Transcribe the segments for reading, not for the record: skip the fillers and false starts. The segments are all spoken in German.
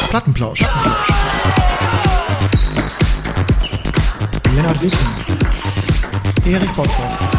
Plattenplausch. Lennart Wittgen. Erich Bottroff.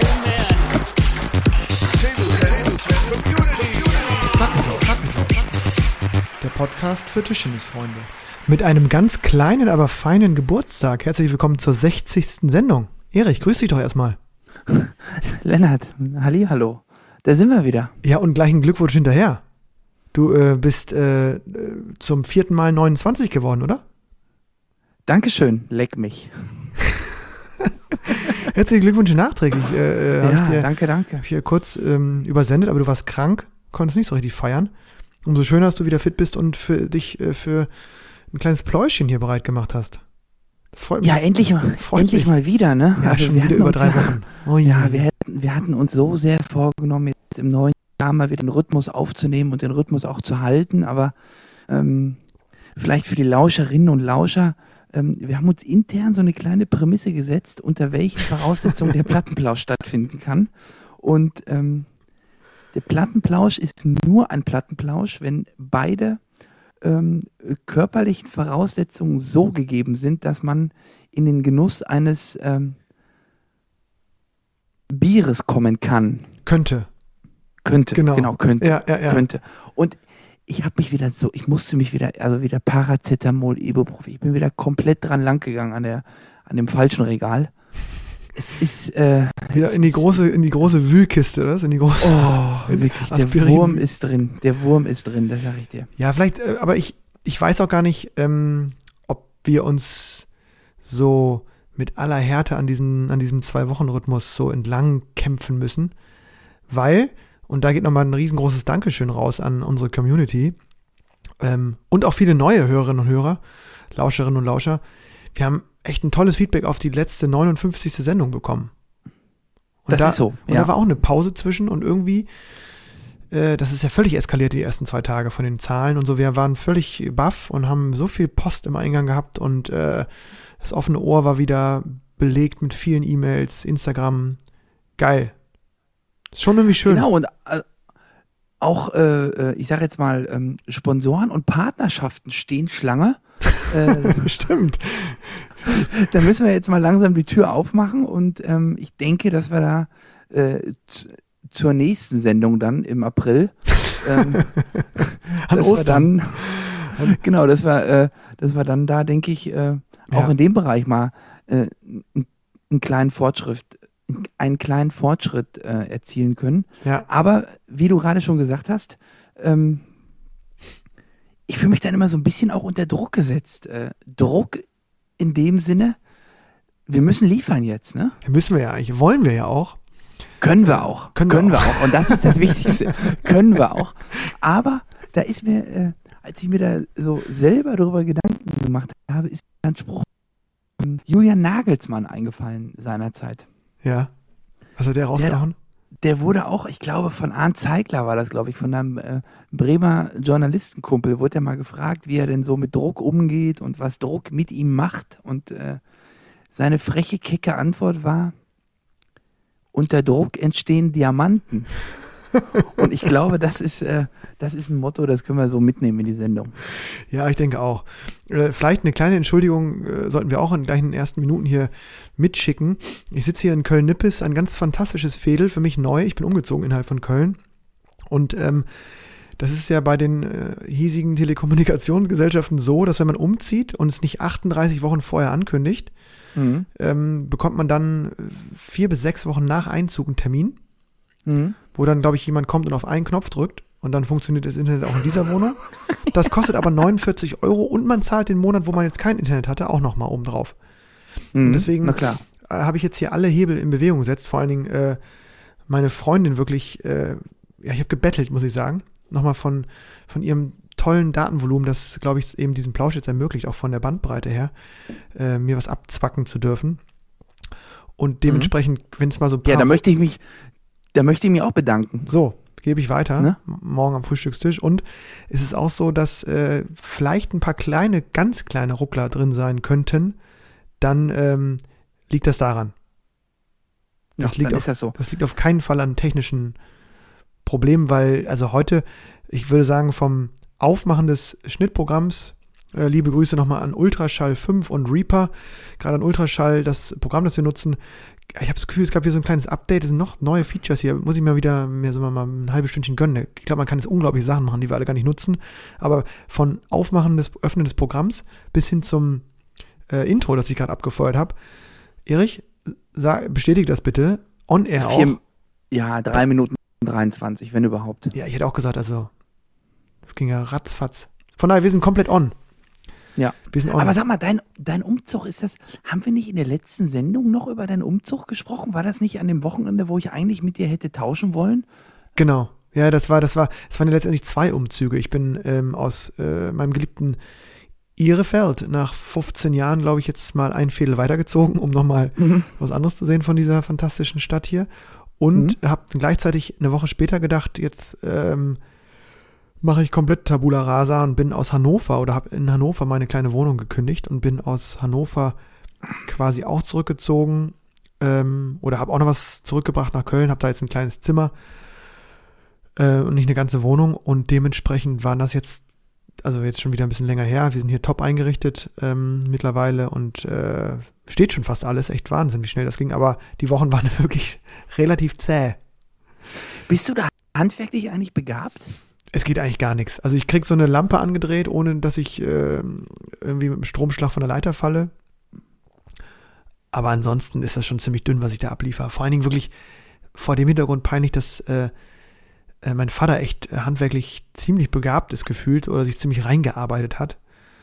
Plattenplausch. Der Podcast für Tischtennisfreunde. Mit einem ganz kleinen, aber feinen Geburtstag. Herzlich willkommen zur 60. Sendung. Erich, grüß dich doch erstmal. Lennart, hallo. Da sind wir wieder. Ja, und gleich ein Glückwunsch hinterher. Du bist zum 4. Mal 29 geworden, oder? Dankeschön, leck mich. Herzlichen Glückwunsch nachträglich. Danke. Hab ich hier kurz übersendet, aber du warst krank, konntest nicht so richtig feiern. Umso schöner, dass du wieder fit bist und für dich für ein kleines Pläuschchen hier bereit gemacht hast. Das freut mich. Ja, endlich mal wieder, ne? Ja, also schon wieder über 3 Wochen. Oh ja, wir hatten uns so sehr vorgenommen, jetzt im neuen Jahr mal wieder den Rhythmus aufzunehmen und den Rhythmus auch zu halten, aber vielleicht für die Lauscherinnen und Lauscher, wir haben uns intern so eine kleine Prämisse gesetzt, unter welchen Voraussetzungen der Plattenplausch stattfinden kann. Und der Plattenplausch ist nur ein Plattenplausch, wenn beide körperlichen Voraussetzungen so gegeben sind, dass man in den Genuss eines Bieres kommen kann. Könnte. Genau, könnte. Ja. Könnte. Und ich musste mich wieder Paracetamol, Ibuprofen, ich bin wieder komplett dran lang gegangen an dem falschen Regal. Es ist wieder in die große Wühlkiste, oder? Wirklich, der Wurm ist drin, das sag ich dir. Ja, vielleicht, aber ich weiß auch gar nicht, ob wir uns so mit aller Härte an diesem 2-Wochen-Rhythmus so entlang kämpfen müssen, weil, und da geht nochmal ein riesengroßes Dankeschön raus an unsere Community und auch viele neue Hörerinnen und Hörer, Lauscherinnen und Lauscher, wir haben echt ein tolles Feedback auf die letzte 59. Sendung bekommen. Und das ist so. Und da war auch eine Pause zwischen und irgendwie, das ist ja völlig eskaliert die ersten 2 Tage von den Zahlen und so. Wir waren völlig baff und haben so viel Post im Eingang gehabt und das offene Ohr war wieder belegt mit vielen E-Mails, Instagram. Geil. Ist schon irgendwie schön. Genau, und auch, ich sag jetzt mal, Sponsoren und Partnerschaften stehen Schlange. Stimmt. Da müssen wir jetzt mal langsam die Tür aufmachen und ich denke, dass wir da zur nächsten Sendung dann im April dass wir dann da, denke ich, auch in dem Bereich mal einen kleinen Fortschritt erzielen können. Ja. Aber wie du gerade schon gesagt hast, ich fühle mich dann immer so ein bisschen auch unter Druck gesetzt. Druck in dem Sinne, wir müssen liefern jetzt, ne? Müssen wir ja eigentlich, wollen wir ja auch. Können wir auch. Und das ist das Wichtigste. Können wir auch. Aber da ist mir, als ich mir da so selber darüber Gedanken gemacht habe, ist ein Spruch von Julian Nagelsmann eingefallen seinerzeit. Ja. Was hat der rausgehauen? Der wurde auch, ich glaube, von Arndt Zeigler war das, glaube ich, von einem Bremer Journalistenkumpel, wurde er mal gefragt, wie er denn so mit Druck umgeht und was Druck mit ihm macht. Und seine freche, kecke Antwort war, unter Druck entstehen Diamanten. Und ich glaube, das ist ein Motto, das können wir so mitnehmen in die Sendung. Ja, ich denke auch. Vielleicht eine kleine Entschuldigung sollten wir auch gleich in den ersten Minuten hier mitschicken. Ich sitze hier in Köln-Nippes, ein ganz fantastisches Veedel, für mich neu. Ich bin umgezogen innerhalb von Köln. Und das ist ja bei den hiesigen Telekommunikationsgesellschaften so, dass wenn man umzieht und es nicht 38 Wochen vorher ankündigt, bekommt man dann 4 bis 6 Wochen nach Einzug einen Termin. Wo dann, glaube ich, jemand kommt und auf einen Knopf drückt und dann funktioniert das Internet auch in dieser Wohnung. Das kostet aber 49 € und man zahlt den Monat, wo man jetzt kein Internet hatte, auch nochmal oben drauf. Und deswegen habe ich jetzt hier alle Hebel in Bewegung gesetzt, vor allen Dingen meine Freundin wirklich, ich habe gebettelt, muss ich sagen, nochmal von ihrem tollen Datenvolumen, das, glaube ich, eben diesen Plausch jetzt ermöglicht, auch von der Bandbreite her, mir was abzwacken zu dürfen. Und dementsprechend, wenn es mal so ein paar... Ja, da möchte ich mich auch bedanken. So, gebe ich weiter, ne? Morgen am Frühstückstisch. Und es ist auch so, dass vielleicht ein paar ganz kleine Ruckler drin sein könnten, dann liegt das daran. Das liegt auf keinen Fall an technischen Problemen, weil, also heute, ich würde sagen, vom Aufmachen des Schnittprogramms. Liebe Grüße nochmal an Ultraschall 5 und Reaper. Gerade an Ultraschall, das Programm, das wir nutzen. Ich habe das Gefühl, es gab hier so ein kleines Update. Es sind noch neue Features hier. Muss ich mir mal ein halbes Stündchen gönnen. Ich glaube, man kann jetzt unglaubliche Sachen machen, die wir alle gar nicht nutzen. Aber von Aufmachen Öffnen des Programms bis hin zum Intro, das ich gerade abgefeuert habe. Erich, bestätige das bitte. On Air auch. Ja, 3 Minuten 23, wenn überhaupt. Ja, ich hätte auch gesagt, also das ging ja ratzfatz. Von daher, wir sind komplett on. Ja. Wir sind on. Aber sag mal, dein Umzug, haben wir nicht in der letzten Sendung noch über deinen Umzug gesprochen? War das nicht an dem Wochenende, wo ich eigentlich mit dir hätte tauschen wollen? Genau. Ja, das waren ja letztendlich 2 Umzüge. Ich bin aus meinem geliebten Ihrefeld nach 15 Jahren, glaube ich, jetzt mal ein Fädel weitergezogen, um nochmal was anderes zu sehen von dieser fantastischen Stadt hier. Und habe gleichzeitig eine Woche später gedacht, jetzt mache ich komplett Tabula Rasa und bin aus Hannover oder habe in Hannover meine kleine Wohnung gekündigt und bin aus Hannover quasi auch zurückgezogen oder habe auch noch was zurückgebracht nach Köln, habe da jetzt ein kleines Zimmer und nicht eine ganze Wohnung und dementsprechend waren das jetzt schon wieder ein bisschen länger her. Wir sind hier top eingerichtet mittlerweile und steht schon fast alles. Echt Wahnsinn, wie schnell das ging. Aber die Wochen waren wirklich relativ zäh. Bist du da handwerklich eigentlich begabt? Es geht eigentlich gar nichts. Also ich krieg so eine Lampe angedreht, ohne dass ich irgendwie mit dem Stromschlag von der Leiter falle. Aber ansonsten ist das schon ziemlich dünn, was ich da abliefere. Vor allen Dingen wirklich vor dem Hintergrund peinlich, dass mein Vater echt handwerklich ziemlich begabt ist gefühlt oder sich ziemlich reingearbeitet hat.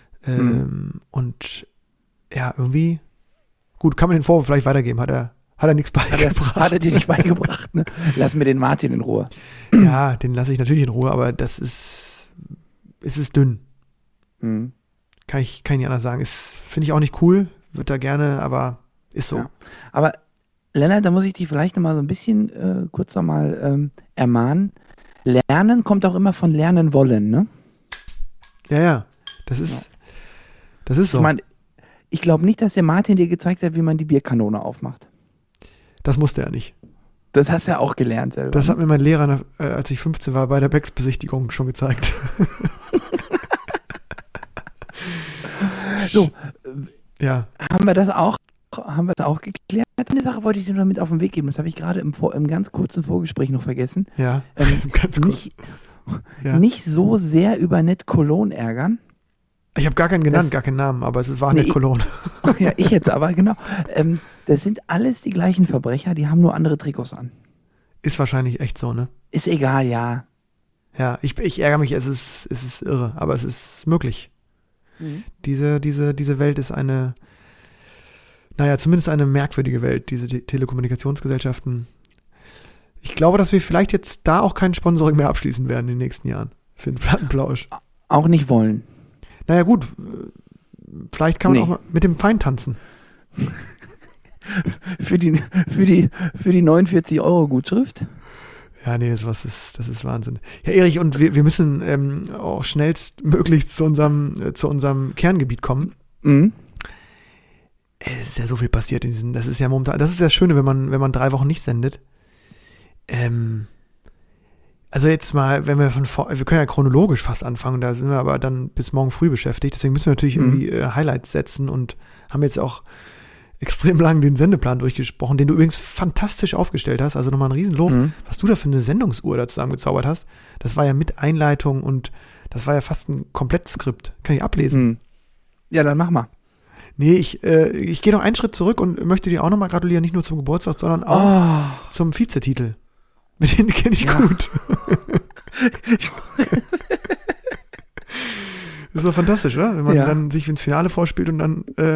Und ja, irgendwie, gut, kann man den Vorwurf vielleicht weitergeben, hat er nichts beigebracht. Hat er dir nicht beigebracht, ne? Lass mir den Martin in Ruhe. Ja, den lasse ich natürlich in Ruhe, aber es ist dünn. Kann ich nicht anders sagen. Finde ich auch nicht cool, würde da gerne, aber ist so. Ja. Aber Lennart, da muss ich dich vielleicht nochmal so ein bisschen kurz nochmal ermahnen. Lernen kommt auch immer von lernen wollen, ne? Ja, das ist so. Ich meine, ich glaube nicht, dass der Martin dir gezeigt hat, wie man die Bierkanone aufmacht. Das musste er nicht. Das hast du ja auch gelernt selber. Das hat mir mein Lehrer, als ich 15 war, bei der Becks-Besichtigung schon gezeigt. So, ja. Haben wir das auch geklärt? Eine Sache wollte ich dir noch mit auf den Weg geben. Das habe ich gerade im ganz kurzen Vorgespräch noch vergessen. Ja, ganz kurz. Nicht so sehr über Ned Cologne ärgern. Ich habe gar keinen genannt, gar keinen Namen, aber es war Ned Cologne. Ja, ich jetzt aber, genau. Das sind alles die gleichen Verbrecher, die haben nur andere Trikots an. Ist wahrscheinlich echt so, ne? Ist egal, ja. Ja, ich ärgere mich, es ist irre, aber es ist möglich. Diese Welt ist zumindest eine merkwürdige Welt, diese Telekommunikationsgesellschaften. Ich glaube, dass wir vielleicht jetzt da auch kein Sponsoring mehr abschließen werden in den nächsten Jahren für den Plattenplausch. Auch nicht wollen. Naja gut, vielleicht kann man auch mal mit dem Feind tanzen. für die 49 € Gutschrift? Ja, nee, das ist Wahnsinn. Ja, Erich, und wir müssen auch schnellstmöglich zu unserem Kerngebiet kommen. Es ist ja so viel passiert das ist ja momentan, das ist ja das Schöne, wenn man 3 Wochen nicht sendet. Also jetzt mal, wir können ja chronologisch fast anfangen, da sind wir aber dann bis morgen früh beschäftigt, deswegen müssen wir natürlich irgendwie Highlights setzen und haben jetzt auch extrem lang den Sendeplan durchgesprochen, den du übrigens fantastisch aufgestellt hast, also nochmal ein Riesenlob, was du da für eine Sendungsuhr da zusammengezaubert hast, das war ja mit Einleitung und das war ja fast ein Komplettskript, kann ich ablesen. Ja, dann mach mal. Nee, ich gehe noch einen Schritt zurück und möchte dir auch nochmal gratulieren, nicht nur zum Geburtstag, sondern auch zum Vizetitel. Mit denen kenne ich gut. Das ist doch fantastisch, oder? Wenn man dann sich ins Finale vorspielt und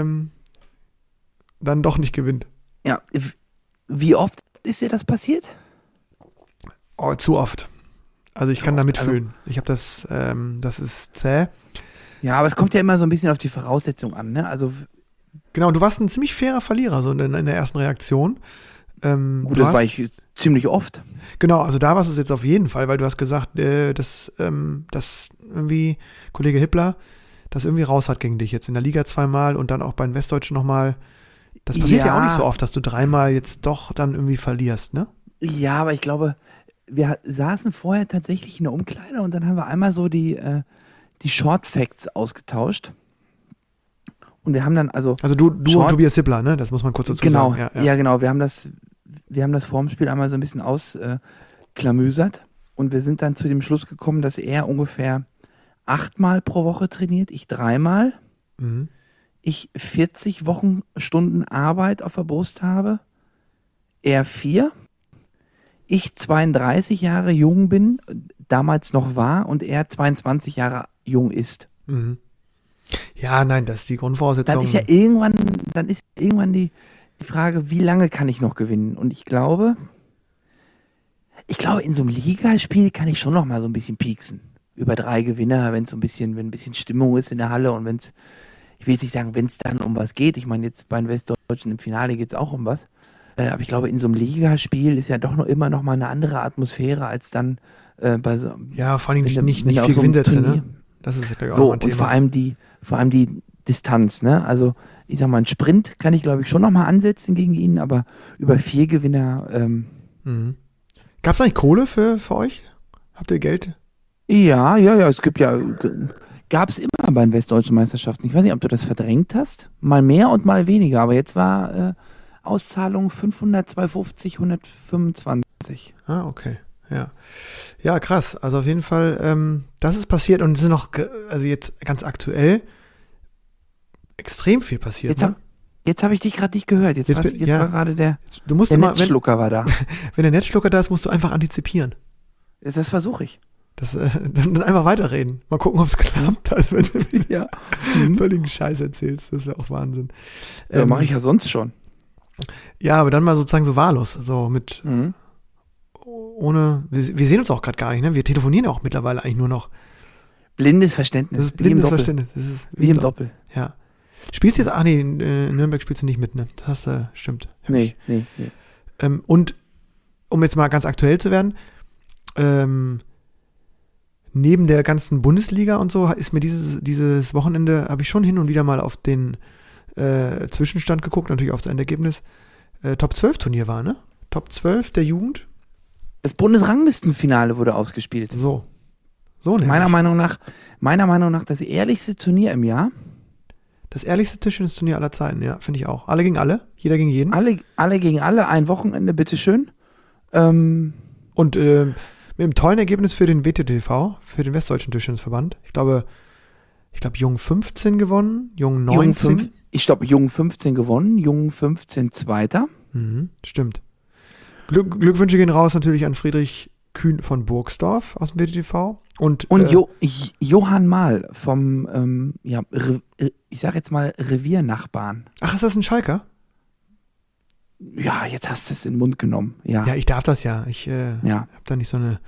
dann doch nicht gewinnt. Ja, wie oft ist dir das passiert? Oh, zu oft. Also ich kann da mitfühlen. Ich habe das ist zäh. Ja, aber es kommt ja immer so ein bisschen auf die Voraussetzung an, ne? Also genau, du warst ein ziemlich fairer Verlierer, so in der ersten Reaktion. Gut, das war ich ziemlich oft. Genau, also da warst du es jetzt auf jeden Fall, weil du hast gesagt, dass irgendwie Kollege Hippler das irgendwie raus hat gegen dich jetzt in der Liga 2-mal und dann auch bei den Westdeutschen nochmal. Das passiert ja auch nicht so oft, dass du 3-mal jetzt doch dann irgendwie verlierst, ne? Ja, aber ich glaube, wir saßen vorher tatsächlich in der Umkleide und dann haben wir einmal so die die Short Facts ausgetauscht. Und wir haben dann also du und Tobias Sippler, ne? Das muss man kurz dazu genau, sagen. Ja, genau. Wir haben das vor dem Spiel einmal so ein bisschen ausklamüsert. Und wir sind dann zu dem Schluss gekommen, dass er ungefähr 8-mal pro Woche trainiert, ich 3-mal. Mhm. Ich 40 Wochenstunden Arbeit auf der Brust habe, er 4. Ich 32 Jahre jung bin, damals noch war, und er 22 Jahre jung ist. Mhm. Ja, nein, das ist die Grundvoraussetzung. Dann ist ja irgendwann die Frage, wie lange kann ich noch gewinnen? Und ich glaube, in so einem Ligaspiel kann ich schon noch mal so ein bisschen pieksen. Über 3 Gewinner, wenn ein bisschen Stimmung ist in der Halle und ich will jetzt nicht sagen, wenn es dann um was geht. Ich meine, jetzt bei den Westdeutschen im Finale geht es auch um was. Aber ich glaube, in so einem Ligaspiel ist ja doch immer noch mal eine andere Atmosphäre als dann bei so. Ja, vor allem nicht viel so Gewinnsätze, ne? Das ist, glaube ich, auch ein Thema. Und vor allem die Distanz, ne? Also, ich sag mal, einen Sprint kann ich, glaube ich, schon noch mal ansetzen gegen ihn, aber über 4 Gewinner. Gab es eigentlich Kohle für euch? Habt ihr Geld? Ja, es gab es immer bei den Westdeutschen Meisterschaften. Ich weiß nicht, ob du das verdrängt hast. Mal mehr und mal weniger, aber jetzt war Auszahlung 500, 250, 125. Ah, okay. Ja. Ja, krass. Also auf jeden Fall, das ist passiert und es ist noch, also jetzt ganz aktuell, extrem viel passiert. Jetzt habe ich dich gerade nicht gehört. Jetzt war gerade der Netzschlucker war da. Wenn der Netzschlucker da ist, musst du einfach antizipieren. Das versuche ich. Dann einfach weiterreden. Mal gucken, ob es klappt. Also wenn du völligen Scheiß erzählst, das wäre auch Wahnsinn. Mache ich ja sonst schon. Ja, aber dann mal sozusagen so wahllos, so mit ohne, wir sehen uns auch gerade gar nicht, ne? Wir telefonieren auch mittlerweile eigentlich nur noch. Blindes Verständnis. Das ist blindes Verständnis. Das ist wie im Doppel. Ja. Spielst du jetzt, in Nürnberg spielst du nicht mit, ne? Das hast du, stimmt. Nee. Und um jetzt mal ganz aktuell zu werden, neben der ganzen Bundesliga und so ist mir dieses Wochenende, habe ich schon hin und wieder mal auf den Zwischenstand geguckt, natürlich auf das Endergebnis, Top 12 Turnier war, ne? Top 12 der Jugend. Das Bundesranglistenfinale wurde ausgespielt. So nämlich. Meiner Meinung nach das ehrlichste Turnier im Jahr. Das ehrlichste Tischtennisturnier aller Zeiten, ja, finde ich auch. Alle gegen alle, jeder gegen jeden. Alle gegen alle, ein Wochenende, bitteschön. Und mit einem tollen Ergebnis für den WTTV, für den Westdeutschen Tischtennisverband. Ich glaube, Jung 15 gewonnen, Jung 19. Jung 15 gewonnen, Jung 15 Zweiter. Stimmt. Glückwünsche gehen raus natürlich an Friedrich Kühn von Burgsdorf aus dem WTTV. Und Johann Mahl vom, ich sag jetzt mal Reviernachbarn. Ach, ist das ein Schalker? Ja, jetzt hast du es in den Mund genommen. Ja, ich darf das ja. Ich habe da nicht so eine...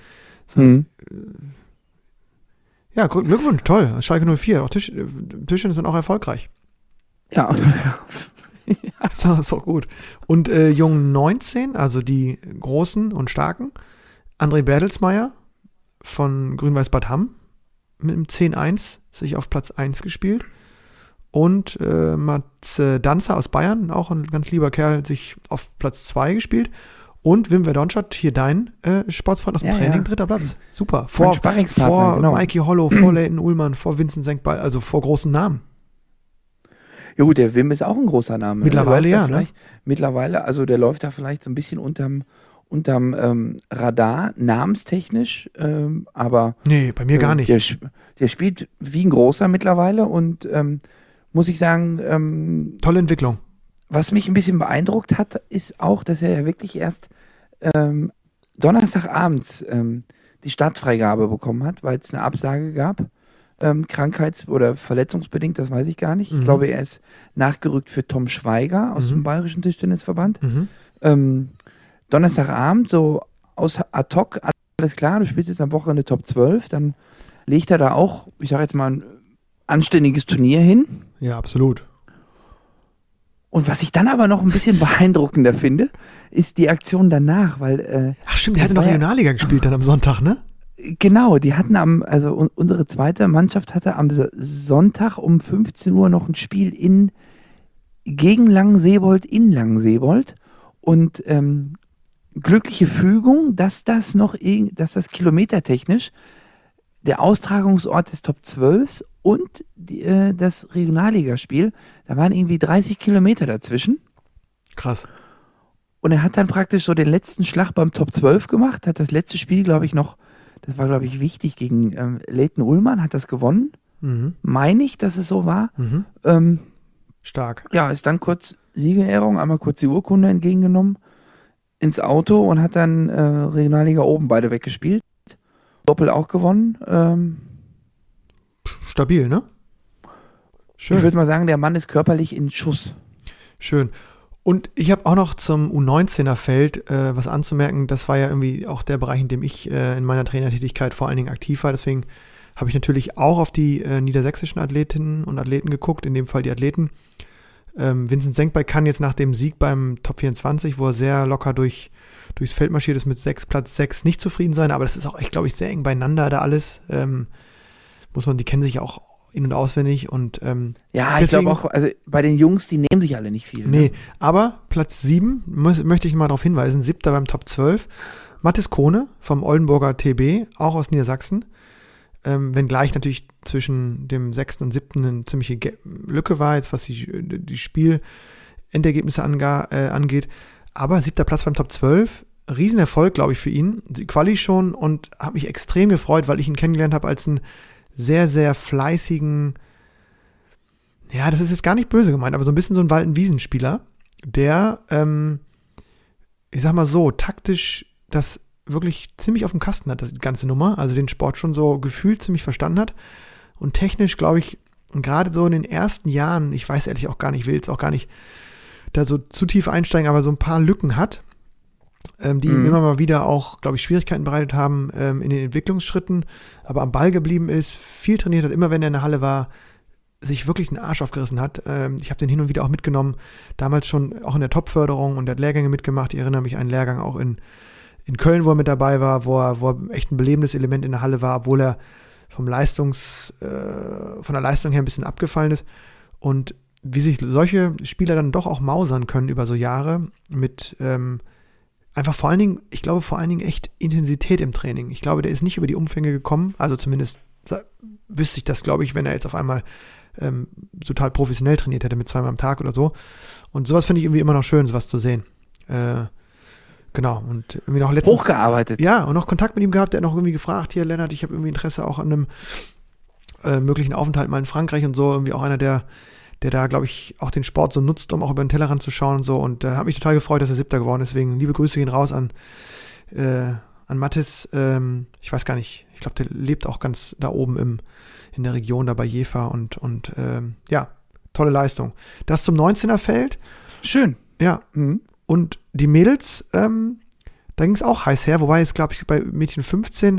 Ja, Glückwunsch, toll. Schalke 04. Auch Tischtennis sind auch erfolgreich. Ja. Das ist auch gut. Und Jung 19, also die Großen und Starken, André Bertelsmeier von Grün-Weiß-Bad Hamm mit einem 10-1 sich auf Platz 1 gespielt. Und Mats Danzer aus Bayern, auch ein ganz lieber Kerl, sich auf Platz 2 gespielt. Und Wim Verdonschat, hier dein Sportsfreund aus dem Training, 3. Platz. Super. Vor genau. Mikey Hollow, vor Leighton Ullmann, vor Vincent Senkball, also vor großen Namen. Ja gut, der Wim ist auch ein großer Name. Mittlerweile ja, ne? Mittlerweile, also der läuft da vielleicht so ein bisschen unterm Radar, namenstechnisch, aber... Nee, bei mir gar nicht. Der spielt wie ein Großer mittlerweile und muss ich sagen... tolle Entwicklung. Was mich ein bisschen beeindruckt hat, ist auch, dass er ja wirklich erst Donnerstagabends die Startfreigabe bekommen hat, weil es eine Absage gab. Krankheits- oder verletzungsbedingt, das weiß ich gar nicht. Ich glaube, er ist nachgerückt für Tom Schweiger aus dem Bayerischen Tischtennisverband. Donnerstagabend, so aus ad hoc, alles klar, du spielst jetzt am Wochenende Top 12, dann legt er da auch, ich sage jetzt mal, ein anständiges Turnier hin. Ja, absolut. Und was ich dann aber noch ein bisschen beeindruckender finde, ist die Aktion danach, weil... Ach stimmt, der hatte noch Regionalliga gespielt dann am Sonntag, ne? Genau, die hatten unsere zweite Mannschaft hatte am Sonntag um 15 Uhr noch ein Spiel gegen Langenseebold in Langenseebold und glückliche Fügung, dass das kilometertechnisch der Austragungsort des Top 12 und das Regionalligaspiel. Da waren irgendwie 30 Kilometer dazwischen. Krass. Und er hat dann praktisch so den letzten Schlag beim Top 12 gemacht, hat das letzte Spiel, glaube ich, noch, das war, glaube ich, wichtig, gegen Leighton Ullmann, hat das gewonnen. Meine ich, dass es so war. Stark. Ja, ist dann kurz Siegerehrung, einmal kurz die Urkunde entgegengenommen, ins Auto und hat dann Regionalliga oben beide weggespielt. Doppel auch gewonnen. Stabil, ne? Schön. Ich würde mal sagen, der Mann ist körperlich in Schuss. Schön. Und ich habe auch noch zum U19er-Feld was anzumerken. Das war ja irgendwie auch der Bereich, in dem ich in meiner Trainertätigkeit vor allen Dingen aktiv war. Deswegen habe ich natürlich auch auf die niedersächsischen Athletinnen und Athleten geguckt, in dem Fall die Athleten. Vincent Senkbeil kann jetzt nach dem Sieg beim Top 24, wo er sehr locker durchs Feld marschiert ist, mit Platz 6 nicht zufrieden sein, aber das ist auch echt, glaube ich, sehr eng beieinander da alles. Die kennen sich auch in- und auswendig und ja, ich glaube auch, also bei den Jungs, die nehmen sich alle nicht viel. Nee, ne? aber Platz 7, möchte ich mal darauf hinweisen, 7. beim Top 12, Mathis Kohne vom Oldenburger TB, auch aus Niedersachsen. Wenngleich natürlich zwischen dem 6. und 7. eine ziemliche Lücke war, jetzt was die Spielendergebnisse angeht. Aber 7. Platz beim Top 12, Riesenerfolg, glaube ich, für ihn. Die Quali schon und habe mich extrem gefreut, weil ich ihn kennengelernt habe als einen sehr, sehr fleißigen, ja, das ist jetzt gar nicht böse gemeint, aber so ein bisschen so ein Walden-Wiesen-Spieler, der, ich sag mal so, taktisch das wirklich ziemlich auf dem Kasten hat, die ganze Nummer, also den Sport schon so gefühlt ziemlich verstanden hat und technisch, glaube ich, gerade so in den ersten Jahren, ich weiß ehrlich auch gar nicht, will jetzt auch gar nicht da so zu tief einsteigen, aber so ein paar Lücken hat, die ihm immer mal wieder auch, glaube ich, Schwierigkeiten bereitet haben in den Entwicklungsschritten, aber am Ball geblieben ist, viel trainiert hat, immer wenn er in der Halle war, sich wirklich einen Arsch aufgerissen hat. Ich habe den hin und wieder auch mitgenommen, damals schon auch in der Top-Förderung und der hat Lehrgänge mitgemacht. Ich erinnere mich an einen Lehrgang auch in Köln, wo er mit dabei war, wo er echt ein belebendes Element in der Halle war, obwohl er von der Leistung her ein bisschen abgefallen ist. Und wie sich solche Spieler dann doch auch mausern können über so Jahre mit einfach vor allen Dingen echt Intensität im Training. Ich glaube, der ist nicht über die Umfänge gekommen, also zumindest wüsste ich das, glaube ich, wenn er jetzt auf einmal total professionell trainiert hätte mit 2-mal am Tag oder so. Und sowas finde ich irgendwie immer noch schön, sowas zu sehen. Genau, und irgendwie noch letztens... Hochgearbeitet. Ja, und noch Kontakt mit ihm gehabt, der hat noch irgendwie gefragt, hier Lennart, ich habe irgendwie Interesse auch an einem möglichen Aufenthalt mal in Frankreich und so, irgendwie auch einer, der da, glaube ich, auch den Sport so nutzt, um auch über den Tellerrand zu schauen und so, und hat mich total gefreut, dass er 7. geworden ist, deswegen liebe Grüße gehen raus an Mathis, ich weiß gar nicht, ich glaube, der lebt auch ganz da oben in der Region, da bei Jever und ja, tolle Leistung. Das zum 19er Feld. Schön. Ja, und die Mädels, da ging es auch heiß her, wobei jetzt, glaube ich, bei Mädchen 15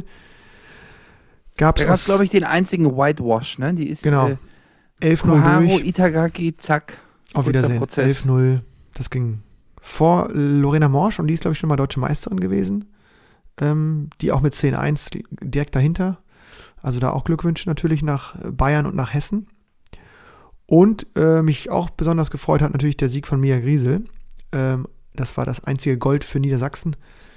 gab es... Da gab es, glaube ich, den einzigen Whitewash, ne? Die ist genau. 11-0 Koharu, durch. Itagaki, zack. Auf Wiedersehen. 11-0. Das ging vor Lorena Morsch und die ist, glaube ich, schon mal deutsche Meisterin gewesen. Die auch mit 10-1 direkt dahinter. Also da auch Glückwünsche natürlich nach Bayern und nach Hessen. Und mich auch besonders gefreut hat natürlich der Sieg von Mia Griesel. Das war das einzige Gold für Niedersachsen.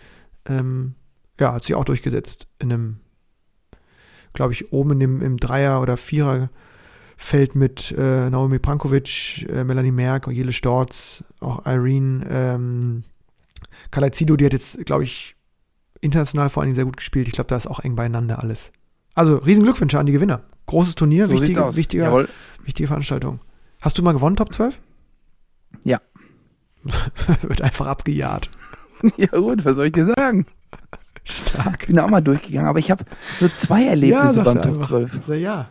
Ja, hat sich auch durchgesetzt in einem, glaube ich, oben im Dreier- oder Vierer-Feld mit Naomi Prankovic, Melanie Merck, Jele Storz, auch Irene Kalaizido, die hat jetzt, glaube ich, international vor allen Dingen sehr gut gespielt. Ich glaube, da ist auch eng beieinander alles. Also, riesen Glückwünsche an die Gewinner. Großes Turnier, So wichtige Veranstaltung. Hast du mal gewonnen, Top 12? Ja. Wird einfach abgejagt. Ja gut, was soll ich dir sagen? Stark. Ich bin auch mal durchgegangen, aber ich habe nur 2 Erlebnisse beim Top 12. Ja.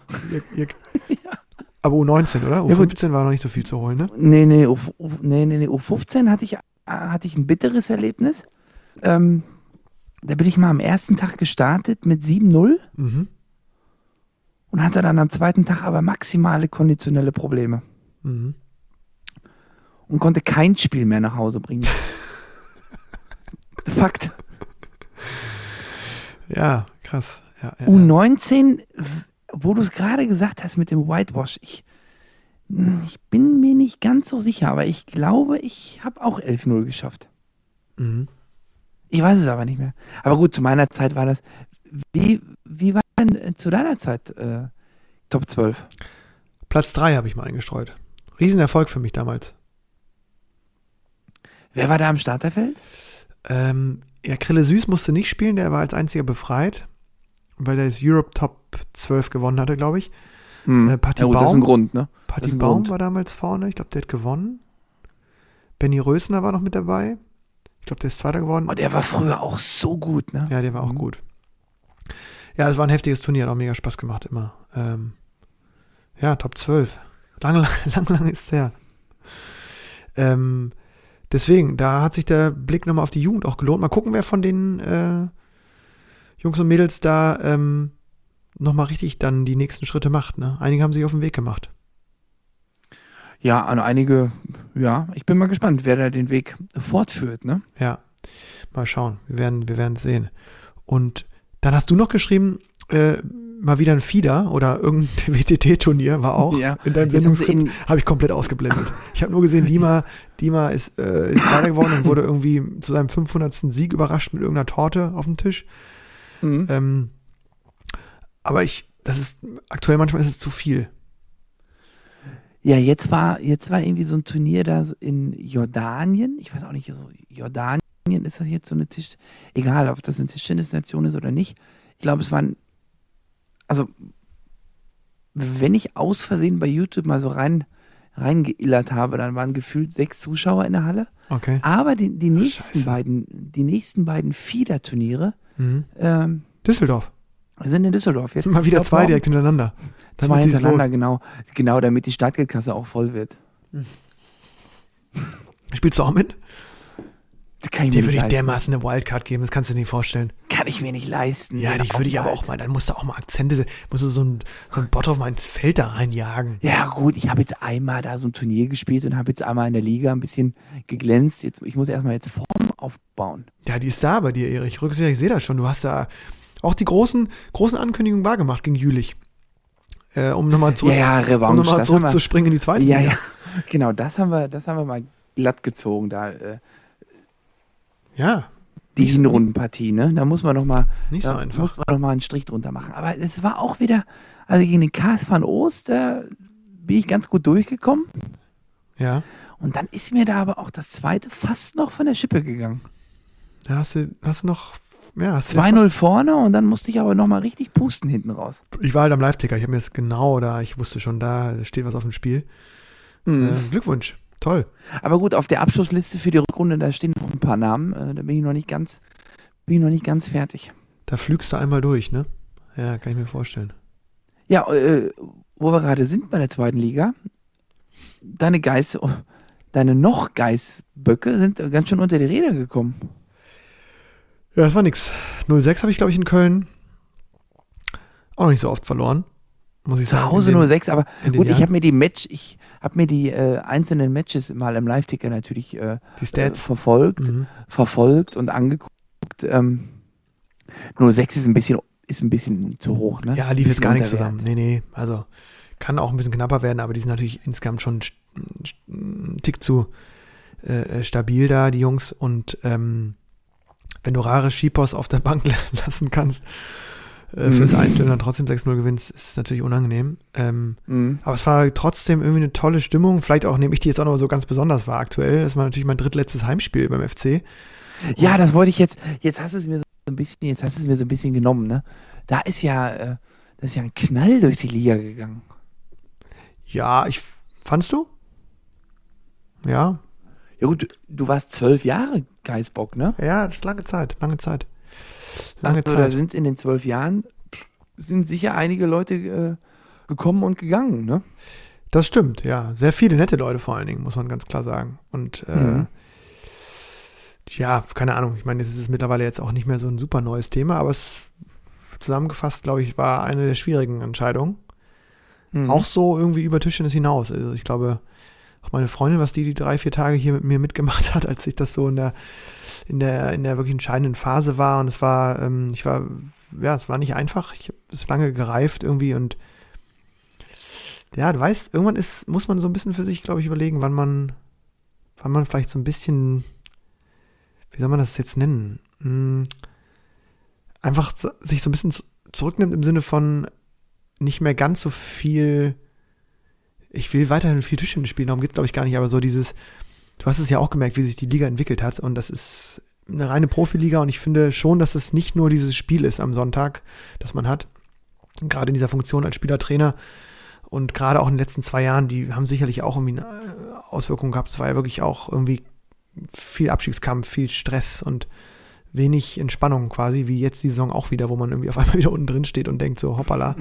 Aber U19, oder? U15 war noch nicht so viel zu holen, ne? Nee, U15 hatte ich ein bitteres Erlebnis. Da bin ich mal am ersten Tag gestartet mit 7-0 und hatte dann am zweiten Tag aber maximale konditionelle Probleme. Und konnte kein Spiel mehr nach Hause bringen. Fakt. Ja, krass. Ja. U19, wo du es gerade gesagt hast mit dem Whitewash, ich bin mir nicht ganz so sicher, aber ich glaube, ich habe auch 11-0 geschafft. Ich weiß es aber nicht mehr. Aber gut, zu meiner Zeit war das. Wie war denn zu deiner Zeit Top 12? Platz 3 habe ich mal eingestreut. Riesenerfolg für mich damals. Wer war da am Starterfeld? Ja, Krille Süß musste nicht spielen, der war als einziger befreit, weil der das Europe Top 12 gewonnen hatte, glaube ich. Patti ja gut, Baum, das ist ein Grund, ne? Patti Baum war damals vorne, ich glaube, der hat gewonnen. Benny Rösner war noch mit dabei. Ich glaube, der ist Zweiter geworden. Oh, der war früher auch so gut, ne? Ja, der war auch gut. Ja, das war ein heftiges Turnier, hat auch mega Spaß gemacht immer. Ja, Top 12. Lang ist es her. Deswegen, da hat sich der Blick nochmal auf die Jugend auch gelohnt. Mal gucken, wer von den Jungs und Mädels da nochmal richtig dann die nächsten Schritte macht. Ne? Einige haben sich auf den Weg gemacht. Ja, an einige, ja, ich bin mal gespannt, wer da den Weg fortführt, ne? Ja, mal schauen. Wir werden es sehen. Und dann hast du noch geschrieben, mal wieder ein Fieder oder irgendein WTT-Turnier war auch in deinem Sendungsskript, habe ich komplett ausgeblendet. Ich habe nur gesehen, Dima ist Zweiter geworden und wurde irgendwie zu seinem 500. Sieg überrascht mit irgendeiner Torte auf dem Tisch. Aber aktuell manchmal ist es zu viel. Ja, jetzt war irgendwie so ein Turnier da in Jordanien. Ich weiß auch nicht, so Jordanien, ist das jetzt so eine egal, ob das eine Tischtennisnation ist oder nicht. Ich glaube, es waren, also wenn ich aus Versehen bei YouTube mal so reingeillert habe, dann waren gefühlt 6 Zuschauer in der Halle. Okay. Aber die nächsten beiden Fieder-Turniere Düsseldorf. Sind in Düsseldorf. Jetzt mal wieder 2 direkt hintereinander. 2 hintereinander, genau, damit die Startgeldkasse auch voll wird. Spielst du auch mit? Dir würde ich dermaßen eine Wildcard geben, das kannst du dir nicht vorstellen. Kann ich mir nicht leisten. Ja, die würde ich aber auch mal, dann musst du auch mal Akzente, musst du so ein Bot auf mal ins Feld da reinjagen. Ja gut, ich habe jetzt einmal da so ein Turnier gespielt und habe jetzt einmal in der Liga ein bisschen geglänzt. Ich muss erstmal jetzt Form aufbauen. Ja, die ist da bei dir, Erich. Rücksicht, ich sehe das schon. Du hast da auch die großen Ankündigungen wahrgemacht gegen Jülich. Um nochmal zurückzuspringen in die zweite Liga. Ja, genau, das haben wir mal glatt gezogen da. Ja. Die Hinrundenpartie, ne? Da muss man noch mal einen Strich drunter machen. Aber es war auch wieder, also gegen den KS van Oost, da bin ich ganz gut durchgekommen. Ja. Und dann ist mir da aber auch das zweite fast noch von der Schippe gegangen. Da hast du noch, 2-0 vorne und dann musste ich aber noch mal richtig pusten hinten raus. Ich war halt am Live-Ticker, ich habe mir das ich wusste schon, da steht was auf dem Spiel. Glückwunsch. Toll. Aber gut, auf der Abschlussliste für die Rückrunde, da stehen noch ein paar Namen. Da bin ich noch nicht ganz fertig. Da flügst du einmal durch, ne? Ja, kann ich mir vorstellen. Ja, wo wir gerade sind bei der zweiten Liga, deine noch Geißböcke sind ganz schön unter die Räder gekommen. Ja, das war nix. 0-6 habe ich, glaube ich, in Köln auch noch nicht so oft verloren. Muss ich sagen. Zu Hause 0-6, aber gut, ich habe mir die einzelnen Matches mal im Live-Ticker natürlich die Stats verfolgt und angeguckt. 0-6 ist ein bisschen zu hoch, ne? Ja, lief jetzt gar nichts zusammen. Nee, also kann auch ein bisschen knapper werden, aber die sind natürlich insgesamt schon ein Tick zu stabil da, die Jungs. Und wenn du rare Schipos auf der Bank lassen kannst, fürs Einzelne dann trotzdem 6-0 gewinnst, ist natürlich unangenehm. Aber es war trotzdem irgendwie eine tolle Stimmung. Vielleicht auch, nehme ich die jetzt auch noch so ganz besonders wahr aktuell. Das war natürlich mein drittletztes Heimspiel beim FC. Ja, das wollte ich jetzt hast du es mir so ein bisschen genommen, ne? Da ist ja ein Knall durch die Liga gegangen. Ja, fandst du? Ja. Ja gut, du warst 12 Jahre Geißbock, ne? Ja, lange Zeit. Da sind in den 12 Jahren sind sicher einige Leute gekommen und gegangen, ne? Das stimmt, ja. Sehr viele nette Leute vor allen Dingen, muss man ganz klar sagen. Und ja, keine Ahnung. Ich meine, es ist mittlerweile jetzt auch nicht mehr so ein super neues Thema, aber es zusammengefasst, glaube ich, war eine der schwierigen Entscheidungen. Auch so irgendwie über Tischtennis hinaus. Also ich glaube, auch meine Freundin, was die 3-4 Tage hier mit mir mitgemacht hat, als ich das so in der wirklich entscheidenden Phase war. Und es war, es war nicht einfach. Ich habe es lange gereift irgendwie und ja, du weißt, irgendwann muss man so ein bisschen für sich, glaube ich, überlegen, wann man vielleicht so ein bisschen, wie soll man das jetzt nennen? Einfach sich so ein bisschen zurücknimmt im Sinne von nicht mehr ganz so viel, ich will weiterhin viel Tischtennis spielen, darum geht es glaube ich gar nicht, aber so dieses, du hast es ja auch gemerkt, wie sich die Liga entwickelt hat und das ist eine reine Profiliga und ich finde schon, dass es nicht nur dieses Spiel ist am Sonntag, das man hat, gerade in dieser Funktion als Spieler-Trainer und gerade auch in den letzten 2 Jahren, die haben sicherlich auch irgendwie eine Auswirkung gehabt, es war ja wirklich auch irgendwie viel Abstiegskampf, viel Stress und wenig Entspannung quasi, wie jetzt die Saison auch wieder, wo man irgendwie auf einmal wieder unten drin steht und denkt so, hoppala.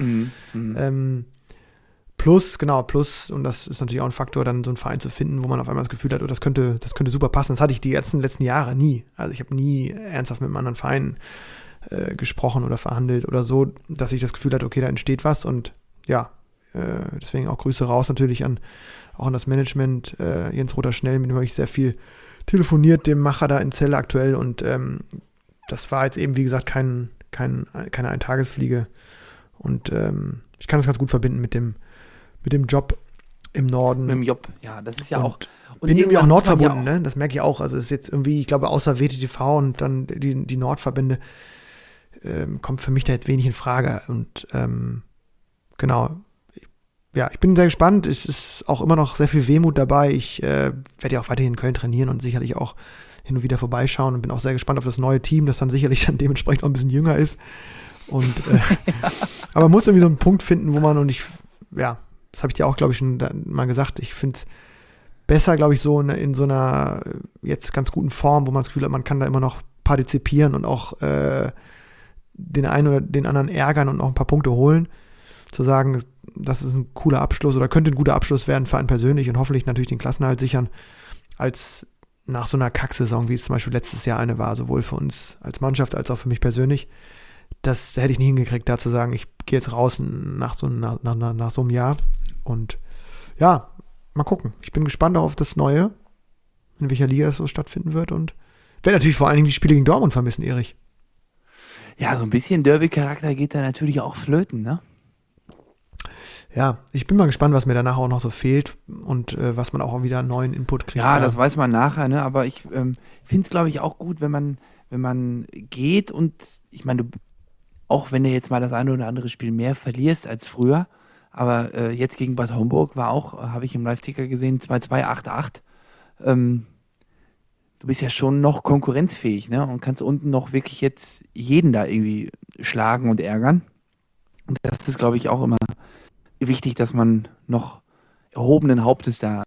Plus, und das ist natürlich auch ein Faktor, dann so einen Verein zu finden, wo man auf einmal das Gefühl hat, oh, das könnte super passen. Das hatte ich die letzten Jahre nie. Also ich habe nie ernsthaft mit einem anderen Verein gesprochen oder verhandelt oder so, dass ich das Gefühl hatte, okay, da entsteht was und ja, deswegen auch Grüße raus natürlich auch an das Management, Jens Rother-Schnell, mit dem habe ich sehr viel telefoniert, dem Macher da in Celle aktuell und das war jetzt eben, wie gesagt, keine Eintagesfliege und ich kann das ganz gut verbinden mit dem Job im Norden. Mit dem Job, ja, das ist ja auch. Und bin irgendwie auch nordverbunden, ne? Das merke ich auch. Also es ist jetzt irgendwie, ich glaube, außer WTTV und dann die Nordverbände kommt für mich da jetzt wenig in Frage. Und genau, ja, ich bin sehr gespannt. Es ist auch immer noch sehr viel Wehmut dabei. Ich werde ja auch weiterhin in Köln trainieren und sicherlich auch hin und wieder vorbeischauen und bin auch sehr gespannt auf das neue Team, das dann sicherlich dann dementsprechend auch ein bisschen jünger ist. Und aber man muss irgendwie so einen Punkt finden, wo man, und ich, ja, das habe ich dir auch, glaube ich, schon mal gesagt, ich finde es besser, glaube ich, so in so einer jetzt ganz guten Form, wo man das Gefühl hat, man kann da immer noch partizipieren und auch den einen oder den anderen ärgern und auch ein paar Punkte holen, zu sagen, das ist ein cooler Abschluss oder könnte ein guter Abschluss werden für einen persönlich und hoffentlich natürlich den Klassenerhalt sichern, als nach so einer Kacksaison, wie es zum Beispiel letztes Jahr eine war, sowohl für uns als Mannschaft als auch für mich persönlich. Das hätte ich nie hingekriegt, da zu sagen, ich gehe jetzt raus nach so einem Jahr. Und ja, mal gucken. Ich bin gespannt auch auf das Neue, in welcher Liga das so stattfinden wird. Und werde natürlich vor allen Dingen die Spiele gegen Dortmund vermissen, Erich. Ja, so ein bisschen Derby-Charakter geht da natürlich auch flöten, ne? Ja, ich bin mal gespannt, was mir danach auch noch so fehlt und was man auch wieder einen neuen Input kriegt. Ja, das weiß man nachher, ne? Aber ich finde es, glaube ich, auch gut, wenn man geht und ich meine, auch wenn du jetzt mal das eine oder andere Spiel mehr verlierst als früher, aber jetzt gegen Bad Homburg war auch, habe ich im Live-Ticker gesehen, 2-2-8-8. Du bist ja schon noch konkurrenzfähig, ne? Und kannst unten noch wirklich jetzt jeden da irgendwie schlagen und ärgern. Und das ist, glaube ich, auch immer wichtig, dass man noch erhobenen Hauptes da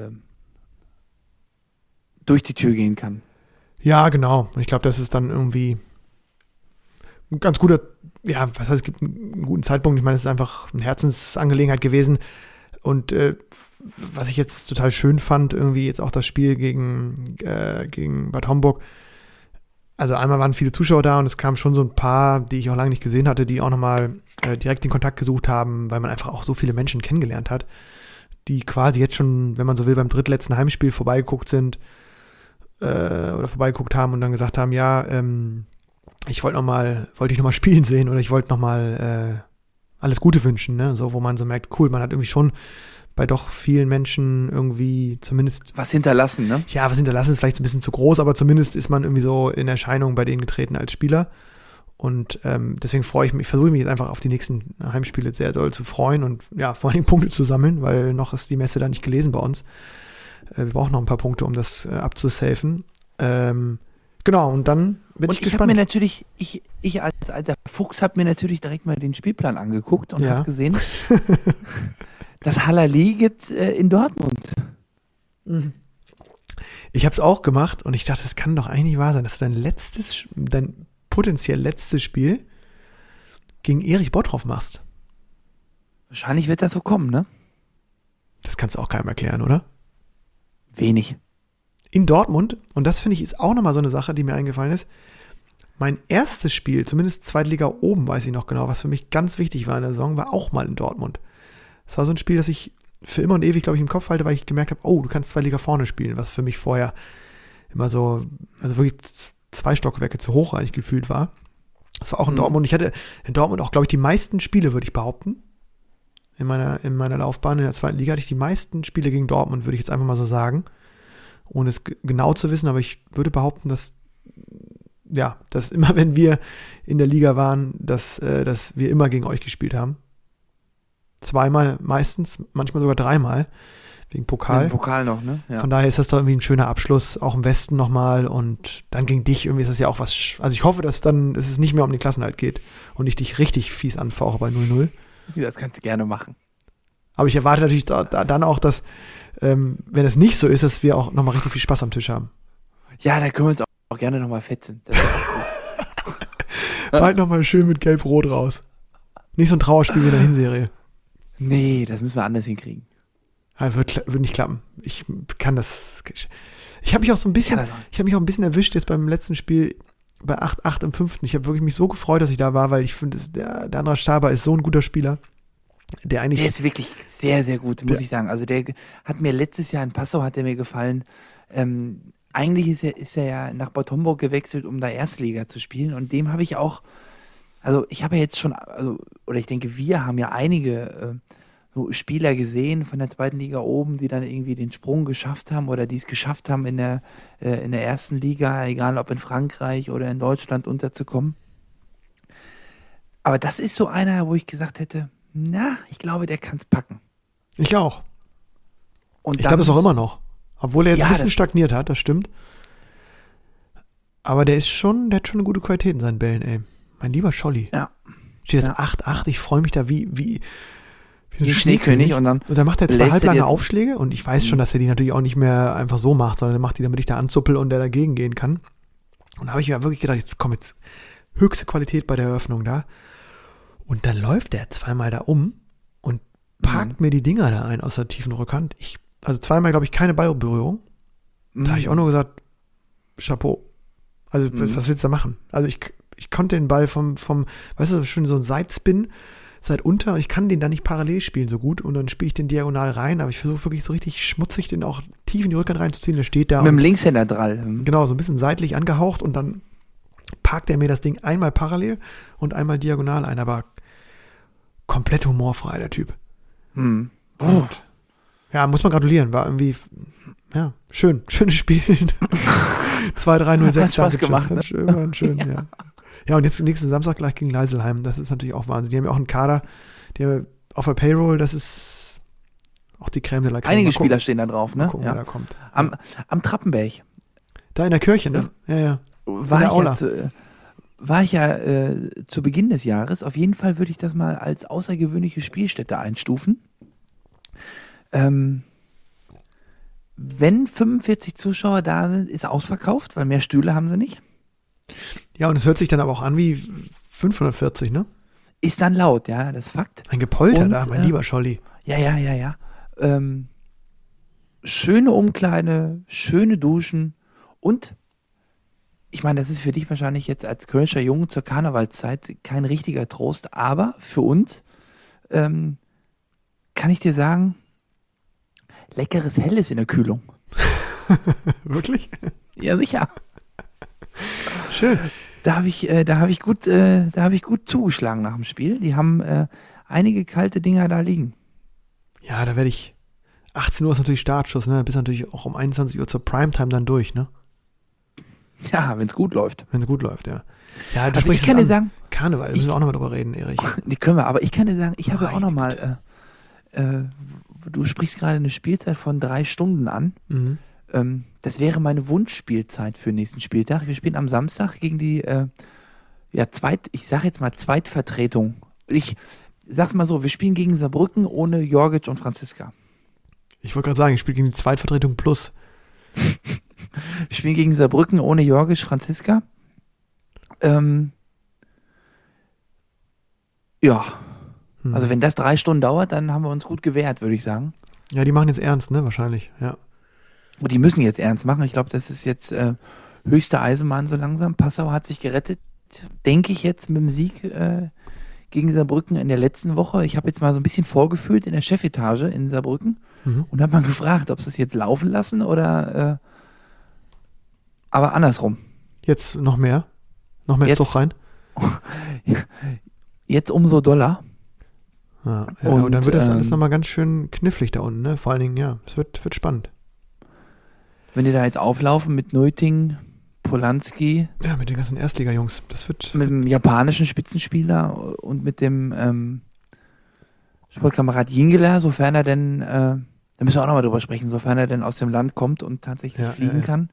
durch die Tür gehen kann. Ja, genau. Und ich glaube, das ist dann irgendwie ein ganz guter, ja, was heißt, es gibt einen guten Zeitpunkt. Ich meine, es ist einfach eine Herzensangelegenheit gewesen. Und was ich jetzt total schön fand, irgendwie jetzt auch das Spiel gegen Bad Homburg. Also einmal waren viele Zuschauer da und es kamen schon so ein paar, die ich auch lange nicht gesehen hatte, die auch nochmal direkt den Kontakt gesucht haben, weil man einfach auch so viele Menschen kennengelernt hat, die quasi jetzt schon, wenn man so will, beim drittletzten Heimspiel vorbeigeguckt sind oder vorbeigeguckt haben und dann gesagt haben, ja, wollte ich noch mal spielen sehen oder ich wollte noch mal alles Gute wünschen, ne? So, wo man so merkt, cool, man hat irgendwie schon bei doch vielen Menschen irgendwie zumindest was hinterlassen, ne? Ja, was hinterlassen ist vielleicht ein bisschen zu groß, aber zumindest ist man irgendwie so in Erscheinung bei denen getreten als Spieler. Und deswegen versuche ich mich jetzt einfach auf die nächsten Heimspiele sehr doll zu freuen und ja, vor allen Dingen Punkte zu sammeln, weil noch ist die Messe da nicht gelesen bei uns. Wir brauchen noch ein paar Punkte, um das abzusafen. Genau, und dann bin ich gespannt. Habe mir natürlich, ich als alter Fuchs habe mir natürlich direkt mal den Spielplan angeguckt und habe gesehen, das Halali gibt's in Dortmund. Ich habe es auch gemacht und ich dachte, das kann doch eigentlich nicht wahr sein, dass du dein potenziell letztes Spiel gegen Erich Bottroff machst. Wahrscheinlich wird das so kommen, ne? Das kannst du auch keinem erklären, oder? Wenig. In Dortmund, und das finde ich ist auch nochmal so eine Sache, die mir eingefallen ist, mein erstes Spiel, zumindest Zweitliga oben, weiß ich noch genau, was für mich ganz wichtig war in der Saison, war auch mal in Dortmund. Das war so ein Spiel, das ich für immer und ewig, glaube ich, im Kopf halte, weil ich gemerkt habe, oh, du kannst Zweitliga vorne spielen, was für mich vorher immer so, also wirklich 2 Stockwerke zu hoch eigentlich gefühlt war. Das war auch in Dortmund. Ich hatte in Dortmund auch, glaube ich, die meisten Spiele, würde ich behaupten. In meiner Laufbahn in der zweiten Liga hatte ich die meisten Spiele gegen Dortmund, würde ich jetzt einfach mal so sagen. Ohne es genau zu wissen, aber ich würde behaupten, dass ja, dass immer, wenn wir in der Liga waren, dass wir immer gegen euch gespielt haben. Zweimal meistens, manchmal sogar dreimal, wegen Pokal. Mit dem Pokal noch, ne? Ja. Von daher ist das doch irgendwie ein schöner Abschluss, auch im Westen nochmal und dann gegen dich, irgendwie ist das ja auch was, also ich hoffe, dass es nicht mehr um den Klassenerhalt geht und ich dich richtig fies anfauche bei 0-0. Das kannst du gerne machen. Aber ich erwarte natürlich dann auch, dass, wenn es nicht so ist, dass wir auch nochmal richtig viel Spaß am Tisch haben. Ja, da können wir uns auch gerne nochmal fetzen. Das ist auch gut. Bald nochmal schön mit Gelb-Rot raus. Nicht so ein Trauerspiel wie in der Hinserie. Nee, das müssen wir anders hinkriegen. Ja, wird nicht klappen. Ich kann das. Ich habe mich auch so ein bisschen, erwischt jetzt beim letzten Spiel bei 8-8 im 5. Ich habe wirklich mich so gefreut, dass ich da war, weil ich finde, der András Stárba ist so ein guter Spieler. Der ist wirklich sehr, sehr gut, muss ich sagen. Also der hat mir letztes Jahr in Passau hat er mir gefallen. Eigentlich ist er ja nach Bad Homburg gewechselt, um da Erstliga zu spielen. Und dem habe ich auch, also ich habe ja jetzt schon, oder ich denke, wir haben ja einige so Spieler gesehen von der zweiten Liga oben, die dann irgendwie den Sprung geschafft haben oder die es geschafft haben, in der ersten Liga, egal ob in Frankreich oder in Deutschland, unterzukommen. Aber das ist so einer, wo ich gesagt hätte, na, ich glaube, der kann es packen. Ich auch. Und ich glaube es auch immer noch. Obwohl er jetzt ein bisschen stagniert hat, das stimmt. Aber der hat schon eine gute Qualität in seinen Bällen, ey. Mein lieber Scholli. Ja. Steht jetzt 8-8, ich freue mich da wie so ein Schneekönig. Und dann macht er 2 halblange Aufschläge und ich weiß schon, dass er die natürlich auch nicht mehr einfach so macht, sondern er macht die, damit ich da anzuppel und der dagegen gehen kann. Und da habe ich mir wirklich gedacht, jetzt höchste Qualität bei der Eröffnung da. Und dann läuft er zweimal da um und parkt mir die Dinger da ein aus der tiefen Rückhand. Also zweimal, glaube ich, keine Ballberührung. Da habe ich auch nur gesagt, Chapeau. Also was willst du da machen? Also ich konnte den Ball vom weißt du, schön so ein Sidespin, Seit unter und ich kann den da nicht parallel spielen so gut und dann spiele ich den diagonal rein, aber ich versuche wirklich so richtig schmutzig den auch tief in die Rückhand reinzuziehen. Der steht da. Mit dem Linkshänder-Drall. Genau, so ein bisschen seitlich angehaucht und dann parkt er mir das Ding einmal parallel und einmal diagonal ein, aber komplett humorfrei, der Typ. Und, ja, muss man gratulieren, war irgendwie, ja, schönes Spiel. 2-3-0-6. Hat Spaß gemacht, ne? Schön, ja. Ja, und jetzt nächsten Samstag gleich gegen Leiselheim. Das ist natürlich auch Wahnsinn. Die haben ja auch einen Kader, der auf der Payroll, das ist auch die Crème de la Crème. Einige Spieler stehen da drauf, ne? Mal gucken, wer da kommt. Am Trappenberg. Da in der Kirche, ne? Ja. War ich ja zu Beginn des Jahres. Auf jeden Fall würde ich das mal als außergewöhnliche Spielstätte einstufen. Wenn 45 Zuschauer da sind, ist ausverkauft, weil mehr Stühle haben sie nicht. Ja, und es hört sich dann aber auch an wie 540, ne? Ist dann laut, ja, das ist Fakt. Ein Gepolter da, mein lieber Scholli. Ja. Schöne Umkleide, schöne Duschen und ich meine, das ist für dich wahrscheinlich jetzt als Kölscher Jungen zur Karnevalszeit kein richtiger Trost, aber für uns kann ich dir sagen, leckeres Helles in der Kühlung. Wirklich? Ja, sicher. Schön. Da habe ich gut zugeschlagen nach dem Spiel. Die haben einige kalte Dinger da liegen. Ja, da werde ich 18 Uhr ist natürlich Startschuss, ne? Bis natürlich auch um 21 Uhr zur Primetime dann durch, ne? Ja, wenn es gut läuft. Wenn es gut läuft, ja. Ja, du also ich kann dir sagen, Karneval, müssen wir auch nochmal drüber reden, Erich. Die können wir, aber ich kann dir sagen, ich habe auch nochmal, du sprichst gerade eine Spielzeit von 3 Stunden an. Mhm. Das wäre meine Wunschspielzeit für den nächsten Spieltag. Wir spielen am Samstag gegen die, ich sag jetzt mal Zweitvertretung. Ich sag's mal so, wir spielen gegen Saarbrücken ohne Jorgic und Franziska. Ich wollte gerade sagen, ich spiele gegen die Zweitvertretung plus. Wir spielen gegen Saarbrücken ohne Jorgic, Franziska. Also wenn das 3 Stunden dauert, dann haben wir uns gut gewehrt, würde ich sagen. Ja, die machen jetzt ernst, ne? Wahrscheinlich, ja. Und die müssen jetzt ernst machen. Ich glaube, das ist jetzt höchste Eisenbahn so langsam. Passau hat sich gerettet, denke ich jetzt, mit dem Sieg gegen Saarbrücken in der letzten Woche. Ich habe jetzt mal so ein bisschen vorgefühlt in der Chefetage in Saarbrücken und habe mal gefragt, ob sie es jetzt laufen lassen oder aber andersrum. Jetzt noch mehr? Noch mehr Zug rein? Jetzt umso doller. Ja, und dann wird das alles nochmal ganz schön knifflig da unten, ne? Vor allen Dingen, ja, es wird spannend. Wenn die da jetzt auflaufen mit Nöting, Polanski. Ja, mit den ganzen Erstliga-Jungs. Das wird. Mit dem japanischen Spitzenspieler und mit dem Sportkamerad Jingler, sofern er denn, da müssen wir auch nochmal drüber sprechen, sofern er denn aus dem Land kommt und tatsächlich fliegen kann.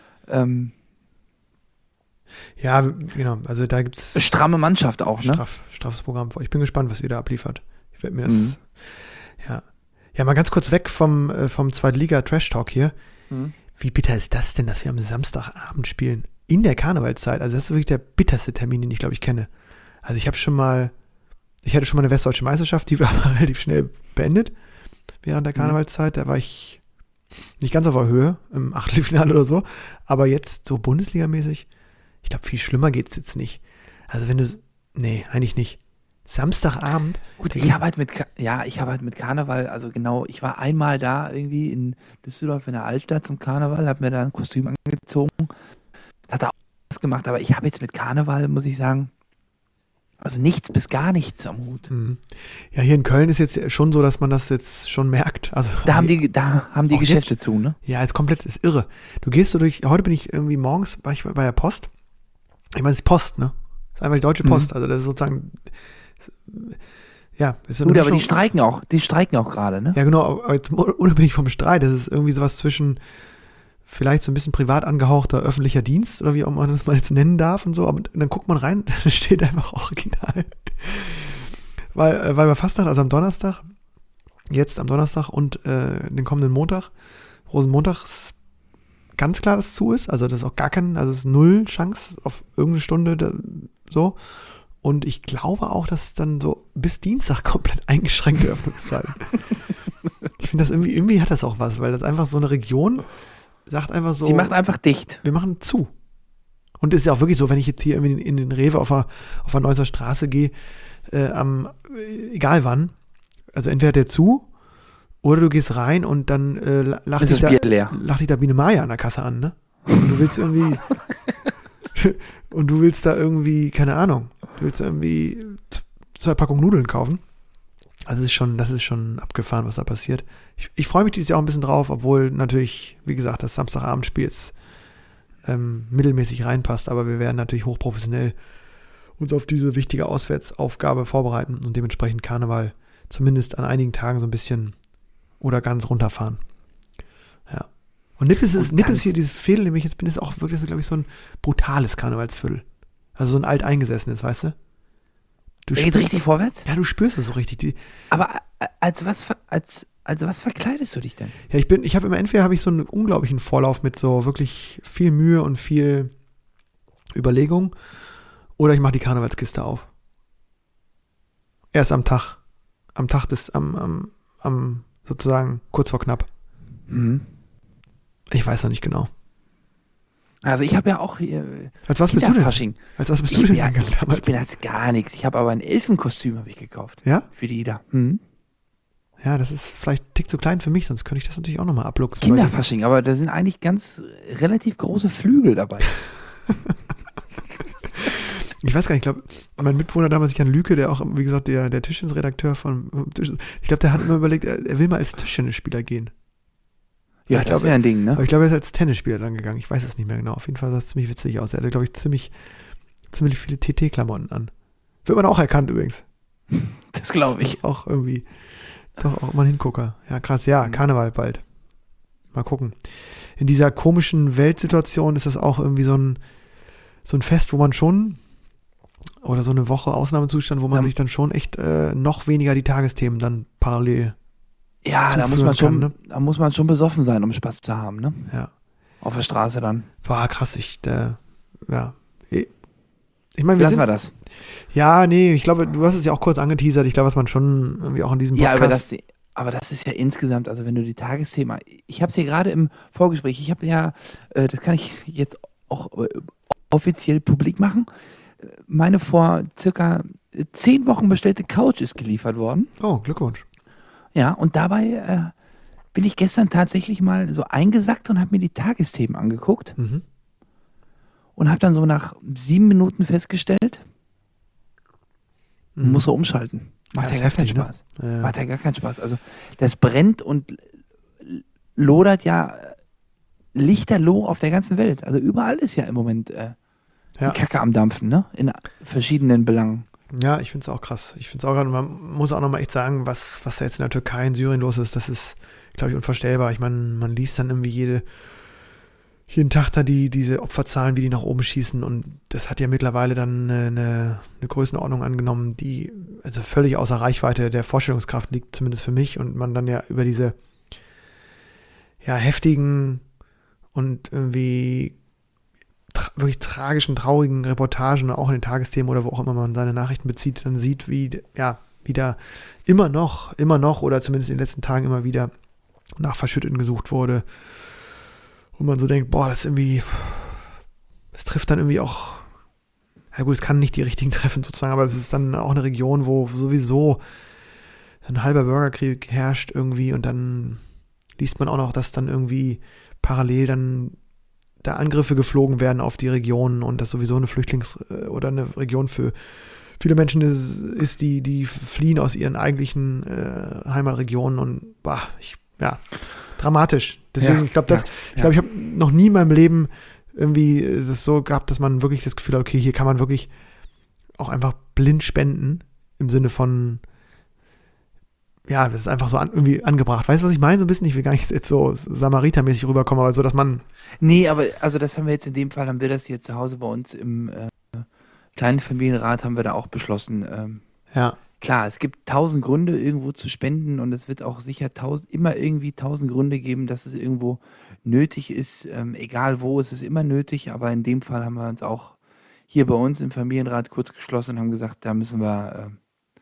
Ja, genau. Also da gibt es. Stramme Mannschaft auch, ne? Straffes Programm. Ich bin gespannt, was ihr da abliefert. Ich werde mir das. Ja. Ja, mal ganz kurz weg vom Zweitliga-Trash-Talk hier. Wie bitter ist das denn, dass wir am Samstagabend spielen? In der Karnevalszeit. Also das ist wirklich der bitterste Termin, den ich, glaube ich, kenne. Also ich hatte schon mal eine westdeutsche Meisterschaft, die war aber relativ schnell beendet während der Karnevalszeit. Da war ich nicht ganz auf der Höhe, im Achtelfinale oder so. Aber jetzt so Bundesligamäßig, ich glaube, viel schlimmer geht es jetzt nicht. Also nee, eigentlich nicht. Samstagabend. Gut, ich habe halt mit Karneval, also genau, ich war einmal da irgendwie in Düsseldorf in der Altstadt zum Karneval, habe mir da ein Kostüm angezogen. Das hat auch was gemacht, aber ich habe jetzt mit Karneval, muss ich sagen, also nichts bis gar nichts am Hut. Ja, hier in Köln ist jetzt schon so, dass man das jetzt schon merkt. Also da haben die Geschäfte zu, ne? Ja, ist irre. Du gehst so heute bin ich irgendwie morgens, war ich bei der Post. Ich meine, es ist Post, ne? Das ist einfach die Deutsche Post. Also das ist sozusagen, ja. Ist so gut, aber die streiken auch gerade, ne? Ja, genau, aber jetzt unabhängig vom Streit, das ist irgendwie sowas zwischen vielleicht so ein bisschen privat angehauchter öffentlicher Dienst oder wie auch man das mal jetzt nennen darf und so, aber dann guckt man rein, da steht einfach original. Weil bei Fastnacht, also am Donnerstag und den kommenden Montag, Rosenmontag, ist ganz klar, dass es zu ist, also das ist auch also es ist null Chance auf irgendeine Stunde so. Und ich glaube auch, dass dann so bis Dienstag komplett eingeschränkte Öffnungszeiten. Ich finde das irgendwie hat das auch was, weil das einfach so eine Region sagt einfach so. Die macht einfach dicht. Wir machen zu. Und es ist ja auch wirklich so, wenn ich jetzt hier irgendwie in den Rewe auf der Neusser Straße gehe, egal wann, also entweder der zu oder du gehst rein und dann lacht dich da Biene Maya an der Kasse an, ne? Und du willst irgendwie und du willst da irgendwie, keine Ahnung, du willst irgendwie 2 Packungen Nudeln kaufen. Also das ist schon abgefahren, was da passiert. Ich freue mich dieses Jahr auch ein bisschen drauf, obwohl natürlich, wie gesagt, das Samstagabendspiel jetzt mittelmäßig reinpasst, aber wir werden natürlich hochprofessionell uns auf diese wichtige Auswärtsaufgabe vorbereiten und dementsprechend Karneval zumindest an einigen Tagen so ein bisschen oder ganz runterfahren. Ja. Und Nippes hier, dieses Viertel, in dem ich jetzt bin, ist auch wirklich, glaube ich, so ein brutales Karnevalsviertel. Also so ein alteingesessenes, weißt du? Geht richtig vorwärts? Ja, du spürst es so richtig. Aber als was verkleidest du dich denn? Ja, entweder habe ich so einen unglaublichen Vorlauf mit so wirklich viel Mühe und viel Überlegung, oder ich mache die Karnevalskiste auf. Erst am Tag sozusagen kurz vor knapp. Ich weiß noch nicht genau. Also ich habe ja auch hier Als was bist du denn? Als was bist du denn gegangen damals? Ich bin als gar nichts. Ich habe aber ein Elfenkostüm gekauft. Ja? Für die Ida. Ja, das ist vielleicht ein Tick zu klein für mich, sonst könnte ich das natürlich auch nochmal abluchsen. Kinderfasching, aber da sind eigentlich relativ große Flügel dabei. Ich weiß gar nicht, ich glaube, mein Mitbewohner damals, Jan Lüke, der auch, wie gesagt, der Tischtennisredakteur von Tischtennis, ich glaube, der hat immer überlegt, er will mal als Tischtennisspieler gehen. Ja, das wäre ein Ding, ne? Aber ich glaube, er ist als Tennisspieler dann gegangen. Ich weiß es nicht mehr genau. Auf jeden Fall sah es ziemlich witzig aus. Er hatte, glaube ich, ziemlich viele TT-Klamotten an. Wird man auch erkannt übrigens. Das glaube ich. Auch irgendwie, doch auch immer ein Hingucker. Ja, krass. Ja, Karneval bald. Mal gucken. In dieser komischen Weltsituation ist das auch irgendwie so ein Fest, wo man schon, oder so eine Woche Ausnahmezustand, wo man sich dann schon echt noch weniger die Tagesthemen dann parallel da muss man schon besoffen sein, um Spaß zu haben, ne? Ja. Auf der Straße dann. Boah, krass, ich meine, lassen wir das. Ja, nee, ich glaube, du hast es ja auch kurz angeteasert. Ich glaube, was man schon irgendwie auch in diesem Podcast... Ja, aber das ist ja insgesamt, also wenn du die Tagesthemen... Ich habe es hier gerade im Vorgespräch, ich habe ja, das kann ich jetzt auch offiziell publik machen, meine vor circa 10 Wochen bestellte Couch ist geliefert worden. Oh, Glückwunsch. Ja, und dabei bin ich gestern tatsächlich mal so eingesackt und habe mir die Tagesthemen angeguckt und habe dann so nach 7 Minuten festgestellt, muss er umschalten. Macht ja gar keinen Spaß. Ne? Ja. Macht ja gar keinen Spaß. Also das brennt und lodert ja lichterloh auf der ganzen Welt. Also überall ist ja im Moment die Kacke am Dampfen, ne? In verschiedenen Belangen. Ja, ich finde es auch krass. Ich finde es auch gerade, man muss auch nochmal echt sagen, was da jetzt in der Türkei, in Syrien los ist, das ist, glaube ich, unvorstellbar. Ich meine, man liest dann irgendwie jeden Tag da diese Opferzahlen, wie die nach oben schießen, und das hat ja mittlerweile dann eine Größenordnung angenommen, die also völlig außer Reichweite der Vorstellungskraft liegt, zumindest für mich, und man dann ja über diese heftigen und irgendwie wirklich tragischen, traurigen Reportagen, auch in den Tagesthemen oder wo auch immer man seine Nachrichten bezieht, dann sieht, wie da immer noch oder zumindest in den letzten Tagen immer wieder nach Verschütteten gesucht wurde. Und man so denkt, boah, das trifft dann irgendwie auch, ja gut, es kann nicht die richtigen treffen sozusagen, aber es ist dann auch eine Region, wo sowieso ein halber Bürgerkrieg herrscht irgendwie, und dann liest man auch noch, dass dann irgendwie parallel dann da Angriffe geflogen werden auf die Region und das sowieso eine oder eine Region für viele Menschen ist, die fliehen aus ihren eigentlichen Heimatregionen, und dramatisch. Deswegen, ich glaube, ich habe noch nie in meinem Leben irgendwie es so gehabt, dass man wirklich das Gefühl hat, okay, hier kann man wirklich auch einfach blind spenden, im Sinne von, ja, das ist einfach so irgendwie angebracht. Weißt du, was ich meine? So ein bisschen, ich will gar nicht jetzt so samaritermäßig rüberkommen, aber so, dass man... Nee, aber also das haben wir jetzt in dem Fall, haben wir das hier zu Hause bei uns im kleinen Familienrat, haben wir da auch beschlossen. Klar, es gibt 1000 Gründe, irgendwo zu spenden, und es wird auch sicher immer irgendwie 1000 Gründe geben, dass es irgendwo nötig ist. Egal wo, es ist immer nötig, aber in dem Fall haben wir uns auch hier bei uns im Familienrat kurz geschlossen und haben gesagt, da müssen wir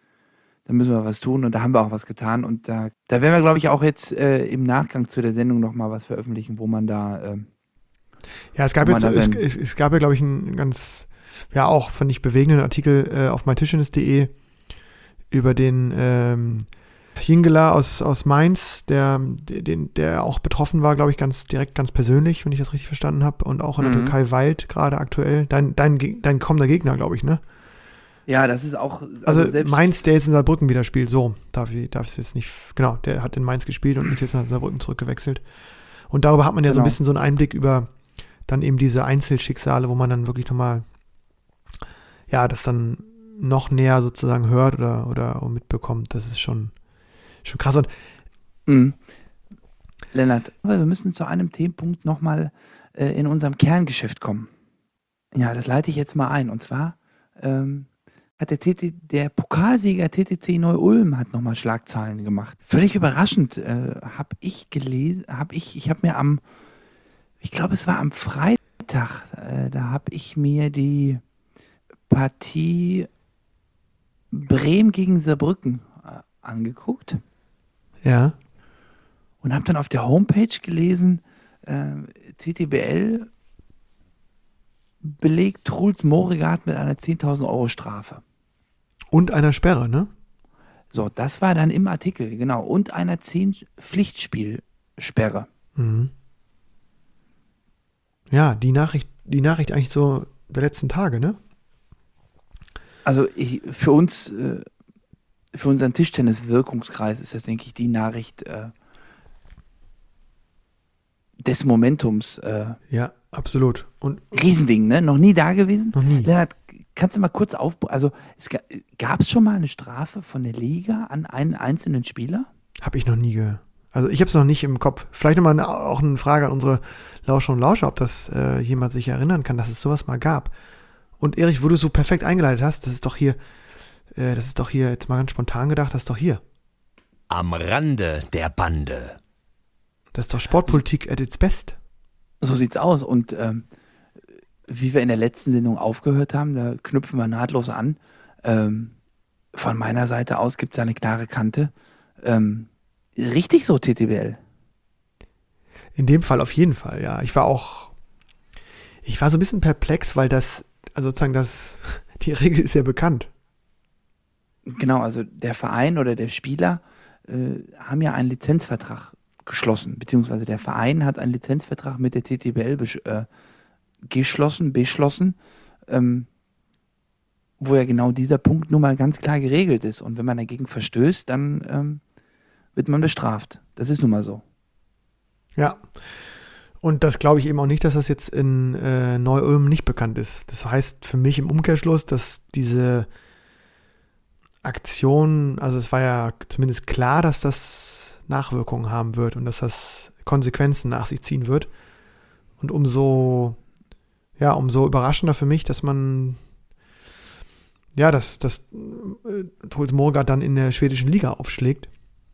was tun, und da haben wir auch was getan, und da werden wir, glaube ich, auch jetzt im Nachgang zu der Sendung nochmal was veröffentlichen, wo man da es gab ja, glaube ich, einen ganz, auch, fand ich, bewegenden Artikel auf meintischtennis.de über den Jingela aus Mainz, der auch betroffen war, glaube ich, ganz direkt, ganz persönlich, wenn ich das richtig verstanden habe, und auch in der Türkei weilt gerade aktuell. Dein kommender Gegner, glaube ich, ne? Ja, das ist auch... Also Mainz, der jetzt in Saarbrücken wieder spielt, so, darf es jetzt nicht, genau, der hat in Mainz gespielt und ist jetzt nach Saarbrücken zurückgewechselt. Und darüber hat man ja so ein bisschen so einen Einblick über dann eben diese Einzelschicksale, wo man dann wirklich nochmal, das dann noch näher sozusagen hört oder mitbekommt. Das ist schon krass. Und Lennart, aber wir müssen zu einem Themenpunkt nochmal in unserem Kerngeschäft kommen. Ja, das leite ich jetzt mal ein. Und zwar hat der Pokalsieger TTC Neu-Ulm hat nochmal Schlagzeilen gemacht. Völlig überraschend habe ich gelesen, ich habe mir ich glaube, es war am Freitag, da habe ich mir die Partie Bremen gegen Saarbrücken angeguckt. Ja. Und habe dann auf der Homepage gelesen, TTBL belegt Truls Moregard mit einer 10.000 Euro Strafe. Und einer Sperre, ne? So, das war dann im Artikel, genau. Und einer 10 Pflichtspielsperre. Mhm. Ja, die Nachricht eigentlich so der letzten Tage, ne? Also für unseren Tischtennis-Wirkungskreis ist das, denke ich, die Nachricht des Momentums. Ja, absolut. Und Riesending, ne? Noch nie da gewesen? Noch nie. Lennart, kannst du mal kurz also gab es schon mal eine Strafe von der Liga an einen einzelnen Spieler? Habe ich noch nie gehört. Also ich habe es noch nicht im Kopf. Vielleicht nochmal auch eine Frage an unsere Lauscher und Lauscher, ob das jemand sich erinnern kann, dass es sowas mal gab. Und Erich, wo du so perfekt eingeleitet hast, das ist doch hier, jetzt mal ganz spontan gedacht, das ist doch hier. Am Rande der Bande. Das ist doch Sportpolitik at its best. So sieht's aus. Und wie wir in der letzten Sendung aufgehört haben, da knüpfen wir nahtlos an. Von meiner Seite aus gibt es eine klare Kante. Richtig so, TTBL. In dem Fall auf jeden Fall, ja. Ich war so ein bisschen perplex, weil die Regel ist ja bekannt. Genau, also der Verein oder der Spieler haben ja einen Lizenzvertrag geschlossen, beziehungsweise der Verein hat einen Lizenzvertrag mit der TTBL beschlossen, wo ja genau dieser Punkt nun mal ganz klar geregelt ist. Und wenn man dagegen verstößt, dann wird man bestraft. Das ist nun mal so. Ja. Und das glaube ich eben auch nicht, dass das jetzt in Neu-Ulm nicht bekannt ist. Das heißt für mich im Umkehrschluss, dass diese Aktion, also es war ja zumindest klar, dass das Nachwirkungen haben wird und dass das Konsequenzen nach sich ziehen wird. Und umso überraschender für mich, dass man, dass Truls Moregard dann in der schwedischen Liga aufschlägt.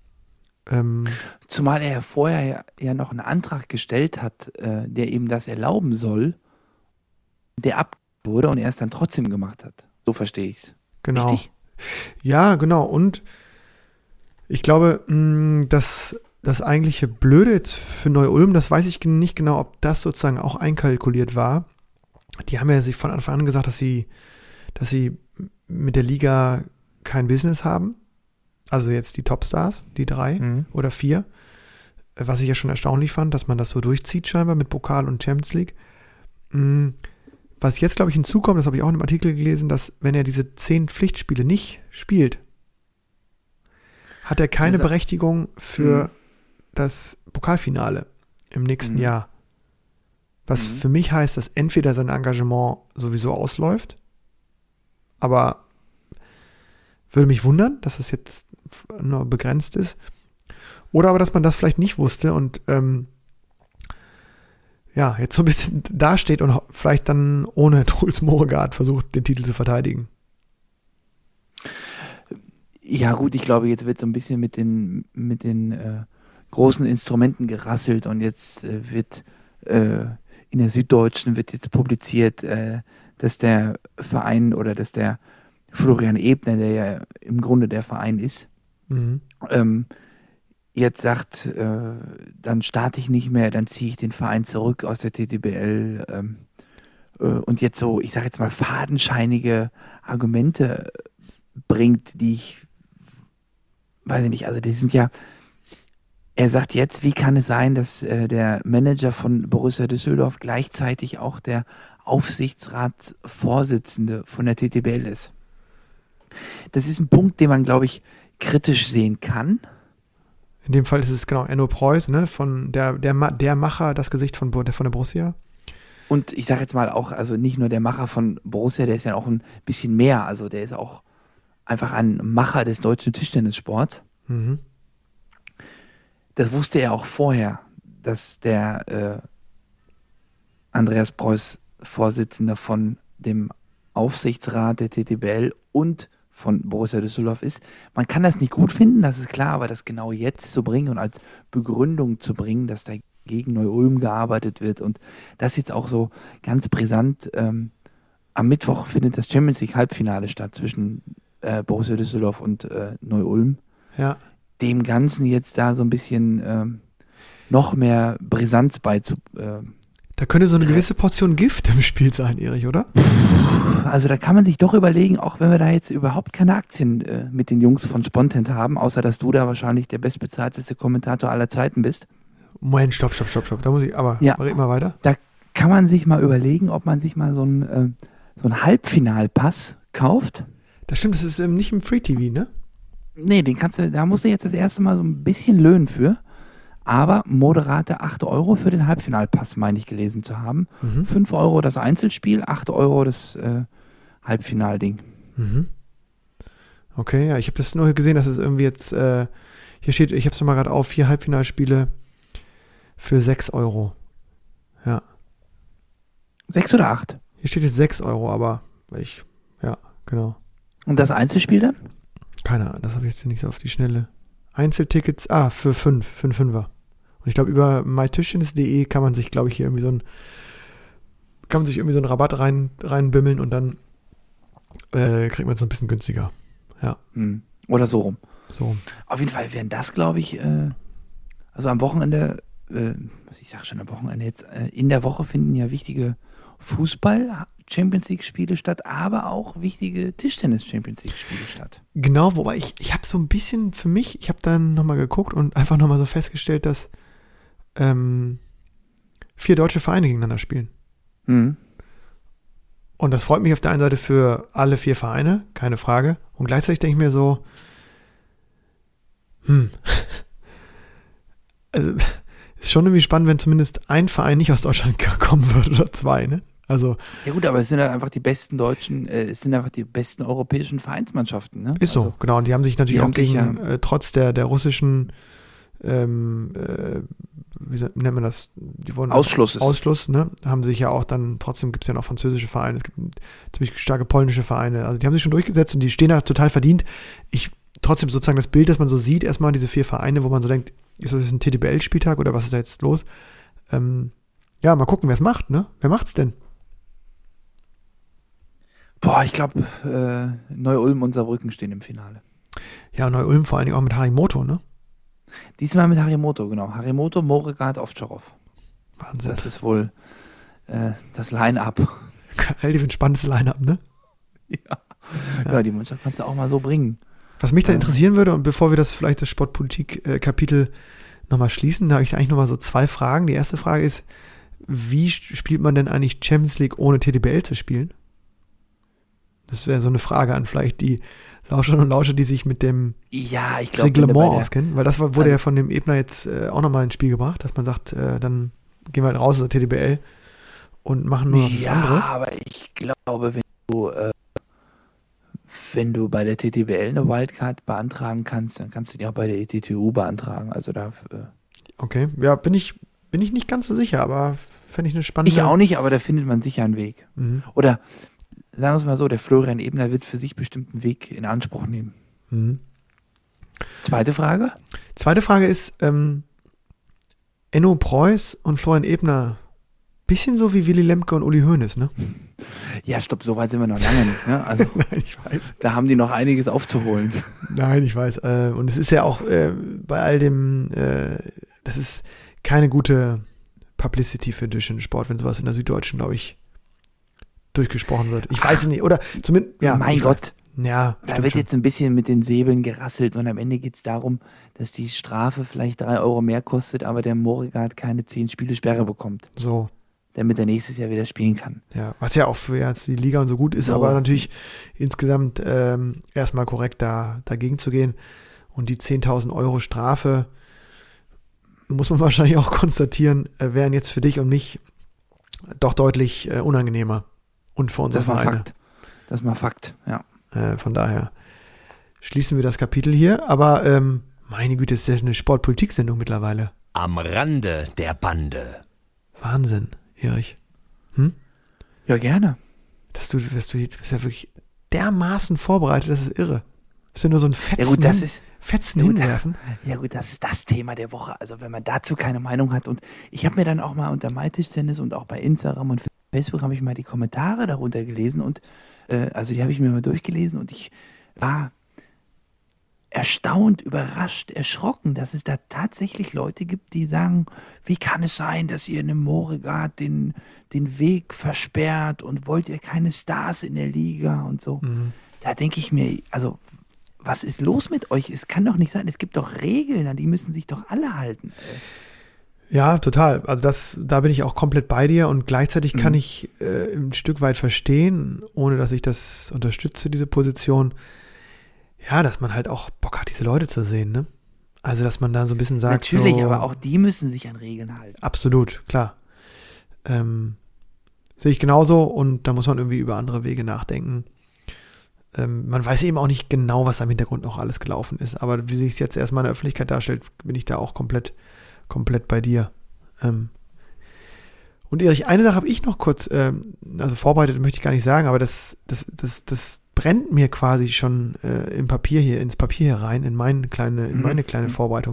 Zumal er vorher ja noch einen Antrag gestellt hat, der ihm das erlauben soll, der abgelehnt wurde und er es dann trotzdem gemacht hat. So verstehe ich es. Genau. Richtig? Ja, genau. Und ich glaube, dass das eigentliche Blöde jetzt für Neu-Ulm, das weiß ich nicht genau, ob das sozusagen auch einkalkuliert war. Die haben ja sich von Anfang an gesagt, dass sie mit der Liga kein Business haben. Also jetzt die Topstars, die 3 oder 4. Was ich ja schon erstaunlich fand, dass man das so durchzieht scheinbar mit Pokal und Champions League. Was jetzt, glaube ich, hinzukommt, das habe ich auch in einem Artikel gelesen, dass wenn er diese 10 Pflichtspiele nicht spielt, hat er keine Berechtigung für das Pokalfinale im nächsten Jahr. Was für mich heißt, dass entweder sein Engagement sowieso ausläuft, aber würde mich wundern, dass es jetzt nur begrenzt ist, oder aber, dass man das vielleicht nicht wusste und jetzt so ein bisschen dasteht und vielleicht dann ohne Truls Moregard versucht, den Titel zu verteidigen. Ja gut, ich glaube, jetzt wird so ein bisschen mit den großen Instrumenten gerasselt und jetzt wird in der Süddeutschen wird jetzt publiziert, dass der Verein oder dass der Florian Ebner, der ja im Grunde der Verein ist, jetzt sagt, dann starte ich nicht mehr, dann ziehe ich den Verein zurück aus der TTBL und jetzt so, ich sage jetzt mal, fadenscheinige Argumente bringt, die ich, weiß ich nicht, also die sind ja, er sagt jetzt, wie kann es sein, dass der Manager von Borussia Düsseldorf gleichzeitig auch der Aufsichtsratsvorsitzende von der TTBL ist. Das ist ein Punkt, den man, glaube ich, kritisch sehen kann. In dem Fall ist es genau Enno Preuß, ne, von der Macher, das Gesicht von der Borussia. Und ich sage jetzt mal auch, also nicht nur der Macher von Borussia, der ist ja auch ein bisschen mehr, also der ist auch einfach ein Macher des deutschen Tischtennissports. Das wusste er auch vorher, dass der Andreas Preuß Vorsitzender von dem Aufsichtsrat der TTBL und von Borussia Düsseldorf ist. Man kann das nicht gut finden, das ist klar, aber das genau jetzt zu bringen und als Begründung zu bringen, dass da gegen Neu-Ulm gearbeitet wird und das jetzt auch so ganz brisant. Am Mittwoch findet das Champions League Halbfinale statt zwischen Borussia Düsseldorf und Neu-Ulm. Ja. Dem Ganzen jetzt da so ein bisschen noch mehr Brisanz da könnte so eine gewisse Portion Gift im Spiel sein, Erich, oder? Also da kann man sich doch überlegen, auch wenn wir da jetzt überhaupt keine Aktien mit den Jungs von Spontent haben, außer dass du da wahrscheinlich der bestbezahlteste Kommentator aller Zeiten bist. Moment, stopp. Da muss ich, aber red mal weiter. Da kann man sich mal überlegen, ob man sich mal so einen Halbfinalpass kauft. Das stimmt, das ist nicht im Free-TV, ne? Nee, da musst du jetzt das erste Mal so ein bisschen löhnen für. Aber moderate 8 Euro für den Halbfinalpass, meine ich gelesen zu haben. 5 Euro das Einzelspiel, 8 Euro das Halbfinalding. Okay, ja, ich habe das nur gesehen, dass es irgendwie jetzt, hier steht, ich habe es nochmal gerade auf, 4 Halbfinalspiele für 6 Euro. Ja. 6 oder 8? Hier steht jetzt 6 Euro, aber genau. Und das Einzelspiel dann? Keine Ahnung, das habe ich jetzt nicht so auf die Schnelle. Einzeltickets, für 5er. Und ich glaube, über mytischtennis.de kann man sich, glaube ich, hier irgendwie so einen Rabatt reinbimmeln und dann kriegt man es so ein bisschen günstiger. Ja. Oder so rum. So rum. Auf jeden Fall wären das, glaube ich, also am Wochenende, ich sage schon am Wochenende jetzt, in der Woche finden ja wichtige Fußball-Champions-League-Spiele statt, aber auch wichtige Tischtennis-Champions-League-Spiele statt. Genau, wobei ich habe so ein bisschen für mich, ich habe dann nochmal geguckt und einfach nochmal so festgestellt, dass 4 deutsche Vereine gegeneinander spielen. Und das freut mich auf der einen Seite für alle 4 Vereine, keine Frage. Und gleichzeitig denke ich mir so, also, Ist schon irgendwie spannend, wenn zumindest ein Verein nicht aus Deutschland kommen würde oder zwei, ne? Also. Ja gut, aber es sind halt einfach die besten deutschen, es sind einfach die besten europäischen Vereinsmannschaften, ne? Ist so, also, genau. Und die haben sich natürlich auch gegen, trotz der russischen, wie nennt man das? Die wurden Ausschluss, ne? Haben sich ja auch dann, trotzdem gibt es ja noch französische Vereine, es gibt ziemlich starke polnische Vereine. Also die haben sich schon durchgesetzt und die stehen da total verdient. Trotzdem sozusagen das Bild, das man so sieht, erstmal diese 4 Vereine, wo man so denkt, ist das jetzt ein TTBL-Spieltag oder was ist da jetzt los? Ja, mal gucken, wer es macht, ne? Wer macht's denn? Boah, ich glaube, Neu-Ulm und Saarbrücken stehen im Finale. Ja, Neu-Ulm vor allen Dingen auch mit Harimoto, ne? Diesmal mit Harimoto, genau. Harimoto, Moregard, Ovtcharov. Wahnsinn. Das ist wohl das Line-Up. Relativ entspanntes Line-Up, ne? Ja, die Mannschaft kannst du auch mal so bringen. Was mich da interessieren würde, und bevor wir das Sportpolitik-Kapitel nochmal schließen, da habe ich eigentlich nochmal so 2 Fragen. Die erste Frage ist, wie spielt man denn eigentlich Champions League ohne TTBL zu spielen? Das wäre so eine Frage an vielleicht die Lauscherinnen und Lauscher, die sich mit dem Reglement auskennen, weil das wurde ja von dem Ebner jetzt auch nochmal ins Spiel gebracht, dass man sagt, dann gehen wir halt raus aus der TTBL und machen nur noch das andere. Ja, aber ich glaube, wenn du bei der TTBL eine Wildcard beantragen kannst, dann kannst du die auch bei der ETTU beantragen. Also da. Okay, ja, bin ich nicht ganz so sicher, aber fände ich eine spannende. Ich auch nicht, aber da findet man sicher einen Weg. Mhm. Oder sagen wir es mal so, der Florian Ebner wird für sich bestimmt einen Weg in Anspruch nehmen. Mhm. Zweite Frage? Zweite Frage ist, Enno Preuß und Florian Ebner, bisschen so wie Willy Lemke und Uli Hoeneß, ne? Ja, stopp, so weit sind wir noch lange nicht, ne? Also, Nein, ich weiß. Da haben die noch einiges aufzuholen. Nein, ich weiß. Und es ist ja auch bei all dem, das ist keine gute Publicity für den Sport, wenn sowas in der Süddeutschen, glaube ich, durchgesprochen wird. Ich weiß es nicht. Oder zumindest, ja. Mein Gott. Ja, da wird jetzt ein bisschen mit den Säbeln gerasselt und am Ende geht es darum, dass die Strafe vielleicht 3 Euro mehr kostet, aber der Moregard keine 10 Spiele Sperre bekommt. So. Damit er nächstes Jahr wieder spielen kann. Ja, was ja auch für jetzt die Liga und so gut ist, aber natürlich insgesamt erstmal korrekt dagegen zu gehen. Und die 10.000 Euro Strafe, muss man wahrscheinlich auch konstatieren, wären jetzt für dich und mich doch deutlich unangenehmer. Und für unsere Vereine. Das ist mal Fakt, ja. Von daher schließen wir das Kapitel hier. Aber meine Güte, ist das eine Sportpolitik-Sendung mittlerweile. Am Rande der Bande. Wahnsinn, Erich. Ja, gerne. Du bist ja wirklich dermaßen vorbereitet, das ist irre. Bist du nur so ein Fetzen, ja, gut, Fetzen hinwerfen? Ja gut, das ist das Thema der Woche. Also wenn man dazu keine Meinung hat. Und ich habe mir dann auch mal unter MyTischTennis und auch bei Instagram und Facebook habe ich mal die Kommentare darunter gelesen und also die habe ich mir mal durchgelesen und ich war erstaunt, überrascht, erschrocken, dass es da tatsächlich Leute gibt, die sagen, wie kann es sein, dass ihr einem Moregard den Weg versperrt und wollt ihr keine Stars in der Liga und so. Mhm. Da denke ich mir, also was ist los mit euch? Es kann doch nicht sein, es gibt doch Regeln, an die müssen sich doch alle halten. Ja, total. Also da bin ich auch komplett bei dir und gleichzeitig kann ich ein Stück weit verstehen, ohne dass ich das unterstütze, diese Position, ja, dass man halt auch Bock hat, diese Leute zu sehen, ne? Also, dass man da so ein bisschen sagt, natürlich, so, aber auch die müssen sich an Regeln halten. Absolut, klar. Sehe ich genauso und da muss man irgendwie über andere Wege nachdenken. Man weiß eben auch nicht genau, was am Hintergrund noch alles gelaufen ist, aber wie sich es jetzt erstmal in der Öffentlichkeit darstellt, bin ich da auch komplett bei dir. Und Erich, eine Sache habe ich noch kurz, also vorbereitet möchte ich gar nicht sagen, aber das brennt mir quasi schon ins Papier hier rein, in meine kleine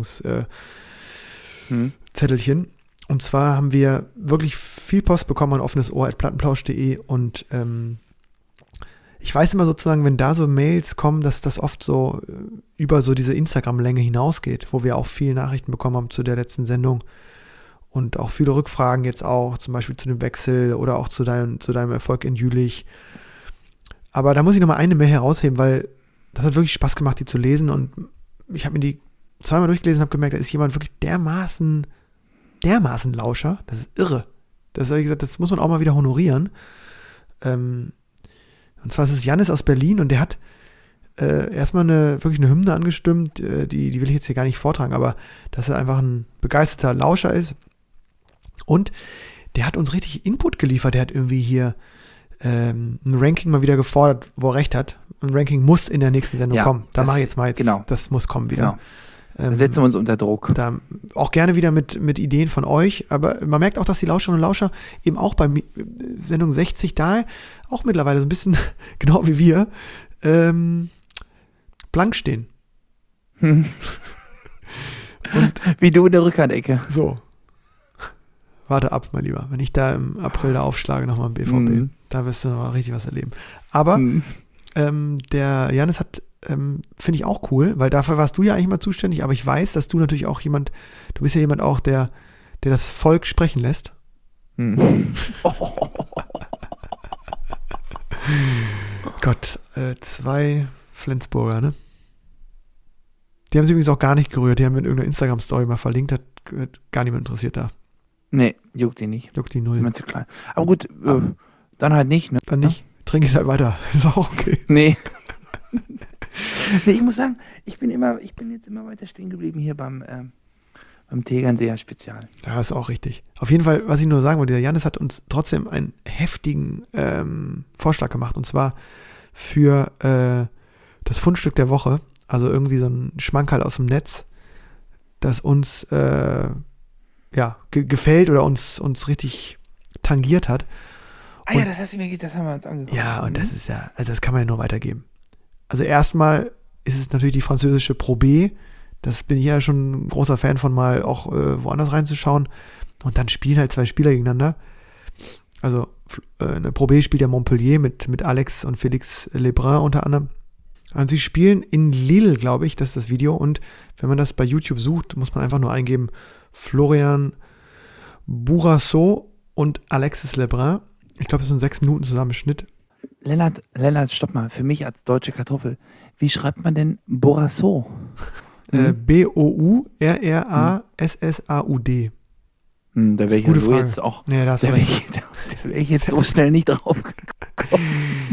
Vorbereitungszettelchen. Und zwar haben wir wirklich viel Post bekommen an offenesohr@plattenplausch.de und ich weiß immer sozusagen, wenn da so Mails kommen, dass das oft so über so diese Instagram-Länge hinausgeht, wo wir auch viele Nachrichten bekommen haben zu der letzten Sendung und auch viele Rückfragen jetzt auch, zum Beispiel zu dem Wechsel oder auch zu deinem Erfolg in Jülich. Aber da muss ich nochmal eine Mail herausheben, weil das hat wirklich Spaß gemacht, die zu lesen und ich habe mir die zweimal durchgelesen und habe gemerkt, da ist jemand wirklich dermaßen Lauscher, das ist irre. Das habe ich gesagt, das muss man auch mal wieder honorieren. Und zwar ist es Jannis aus Berlin und der hat erstmal wirklich eine Hymne angestimmt, die will ich jetzt hier gar nicht vortragen, aber dass er einfach ein begeisterter Lauscher ist. Und der hat uns richtig Input geliefert. Der hat irgendwie hier ein Ranking mal wieder gefordert, wo er recht hat. Ein Ranking muss in der nächsten Sendung kommen. Da mache ich jetzt mal genau. Das muss kommen wieder. Genau. Da setzen wir uns unter Druck. Da auch gerne wieder mit Ideen von euch, aber man merkt auch, dass die Lauscherinnen und Lauscher eben auch bei Sendung 60 da auch mittlerweile so ein bisschen, genau wie wir, blank stehen. Und wie du in der Rückhandecke. So. Warte ab, mein Lieber. Wenn ich da im April da aufschlage, nochmal im BVB, da wirst du noch mal richtig was erleben. Aber der Jannis hat, finde ich auch cool, weil dafür warst du ja eigentlich mal zuständig, aber ich weiß, dass du natürlich auch du bist ja jemand auch, der das Volk sprechen lässt. Gott, 2 Flensburger, ne? Die haben sich übrigens auch gar nicht gerührt. Die haben in irgendeiner Instagram-Story mal verlinkt, hat gar niemand interessiert da. Nee, juckt die nicht. Juckt die null. Immer zu klein. Aber gut, dann halt nicht, ne? Dann nicht. Trinke ich halt weiter. Ist auch okay. Nee. Nee, ich muss sagen, ich bin jetzt immer weiter stehen geblieben hier beim Tegernseer Spezial. Ja, ist auch richtig. Auf jeden Fall, was ich nur sagen wollte, der Jannis hat uns trotzdem einen heftigen Vorschlag gemacht. Und zwar für das Fundstück der Woche. Also irgendwie so ein Schmankerl aus dem Netz, das uns gefällt oder uns richtig tangiert hat. Ah ja, das haben wir uns angeguckt. Ja, und das ist ja, also das kann man ja nur weitergeben. Also erstmal ist es natürlich die französische Pro B. Das bin ich ja schon ein großer Fan von, mal auch woanders reinzuschauen. Und dann spielen halt 2 Spieler gegeneinander. Also eine Pro B spielt ja Montpellier mit Alex und Félix Lebrun unter anderem. Und sie spielen in Lille, glaube ich, das ist das Video. Und wenn man das bei YouTube sucht, muss man einfach nur eingeben Florian Bourassault und Alexis Lebrun. Ich glaube, es sind 6 Minuten Zusammenschnitt. Lennart, stopp mal. Für mich als deutsche Kartoffel. Wie schreibt man denn Bourassault? B-O-U-R-R-A-S-S-A-U-D. Da wäre ich Gute so Frage. jetzt auch. Nee, da wäre ich jetzt so schnell nicht drauf gekommen.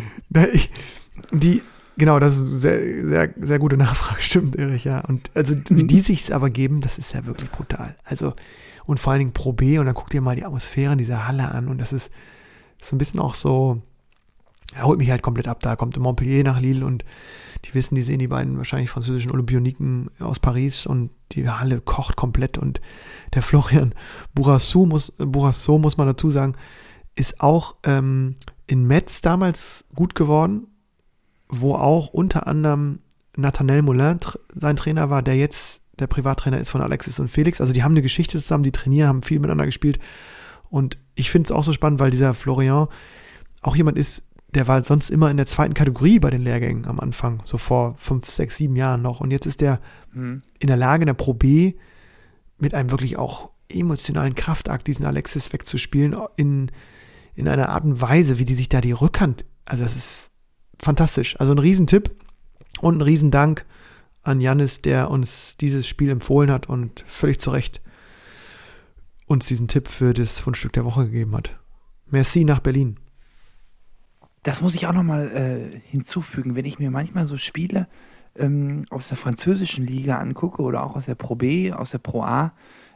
Genau, das ist eine sehr, sehr gute Nachfrage, stimmt, Erich, ja. Und also, wie die sich's aber geben, das ist ja wirklich brutal. Also, und vor allen Dingen Pro B, und dann guckt ihr mal die Atmosphäre in dieser Halle an, und das ist so ein bisschen auch so, holt mich halt komplett ab. Da kommt Montpellier nach Lille, und die sehen die beiden wahrscheinlich französischen Olympioniken aus Paris, und die Halle kocht komplett, und der Florian Bourassault, muss man dazu sagen, ist auch in Metz damals gut geworden, wo auch unter anderem Nathanael Moulin sein Trainer war, der jetzt der Privattrainer ist von Alexis und Felix. Also die haben eine Geschichte zusammen, die trainieren, haben viel miteinander gespielt. Und ich finde es auch so spannend, weil dieser Florian auch jemand ist, der war sonst immer in der 2. Kategorie bei den Lehrgängen am Anfang, so vor 5, 6, 7 Jahren noch. Und jetzt ist der in der Lage, in der Pro B mit einem wirklich auch emotionalen Kraftakt diesen Alexis wegzuspielen, in einer Art und Weise, wie die sich da die Rückhand, also das ist fantastisch. Also ein Riesentipp und ein Riesendank an Jannis, der uns dieses Spiel empfohlen hat und völlig zu Recht uns diesen Tipp für das Fundstück der Woche gegeben hat. Merci nach Berlin. Das muss ich auch nochmal hinzufügen, wenn ich mir manchmal so Spiele aus der französischen Liga angucke oder auch aus der Pro B, aus der Pro A,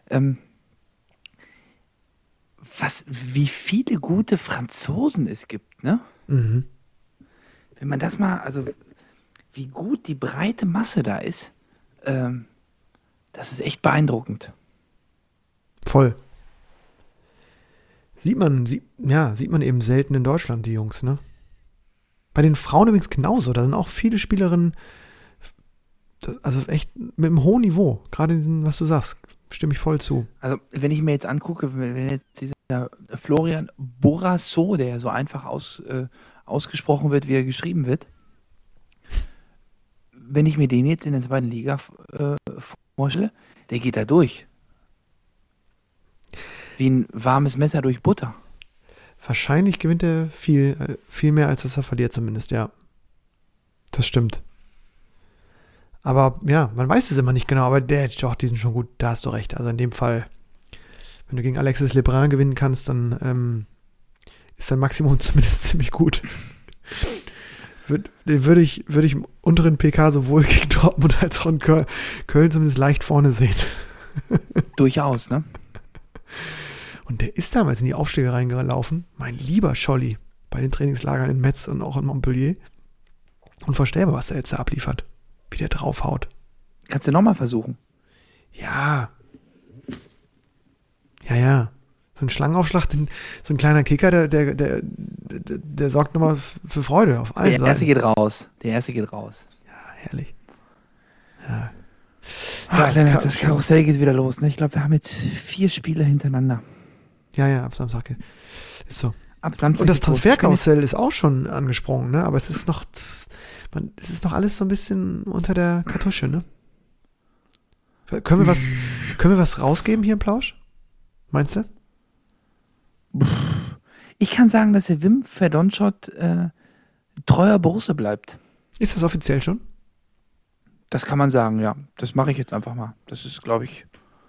wie viele gute Franzosen es gibt, ne? Mhm. Wenn man das mal, also wie gut die breite Masse da ist, das ist echt beeindruckend. Voll. Sieht man eben selten in Deutschland, die Jungs, ne? Bei den Frauen übrigens genauso. Da sind auch viele Spielerinnen, also echt mit einem hohen Niveau. Gerade in diesem, was du sagst, stimme ich voll zu. Also wenn ich mir jetzt angucke, wenn jetzt dieser Florian Bourassault, der ja so einfach ausgesprochen wird, wie er geschrieben wird, wenn ich mir den jetzt in der 2. Liga vorstelle, der geht da durch. Wie ein warmes Messer durch Butter. Wahrscheinlich gewinnt er viel mehr, als dass er verliert zumindest, ja. Das stimmt. Aber ja, man weiß es immer nicht genau, aber die sind schon gut, da hast du recht. Also in dem Fall, wenn du gegen Alexis Lebrun gewinnen kannst, dann ist dein Maximum zumindest ziemlich gut. Den würde ich im unteren PK sowohl gegen Dortmund als auch in Köln zumindest leicht vorne sehen. Durchaus, ne? Und der ist damals in die Aufstiege reingelaufen. Mein lieber Scholli. Bei den Trainingslagern in Metz und auch in Montpellier. Unvorstellbar, was er jetzt da abliefert. Wie der draufhaut. Kannst du nochmal versuchen? Ja. Ja. So ein Schlangenaufschlag, so ein kleiner Kicker, der sorgt nochmal für Freude auf allen Seiten. Der erste geht raus. Ja, herrlich. Ja. Ach, Lennart, das Karussell geht wieder los. Ne? Ich glaube, wir haben jetzt 4 Spiele hintereinander. Ja, ab Samstag. Ist so. Ab Samstag. Und das Transferkarussell ist auch schon angesprungen, ne? Aber es ist noch alles so ein bisschen unter der Kartusche, ne? Können wir was rausgeben hier im Plausch? Meinst du? Ich kann sagen, dass der Wim Verdonschot treuer Borussia bleibt. Ist das offiziell schon? Das kann man sagen, ja. Das mache ich jetzt einfach mal. Das ist, glaube ich,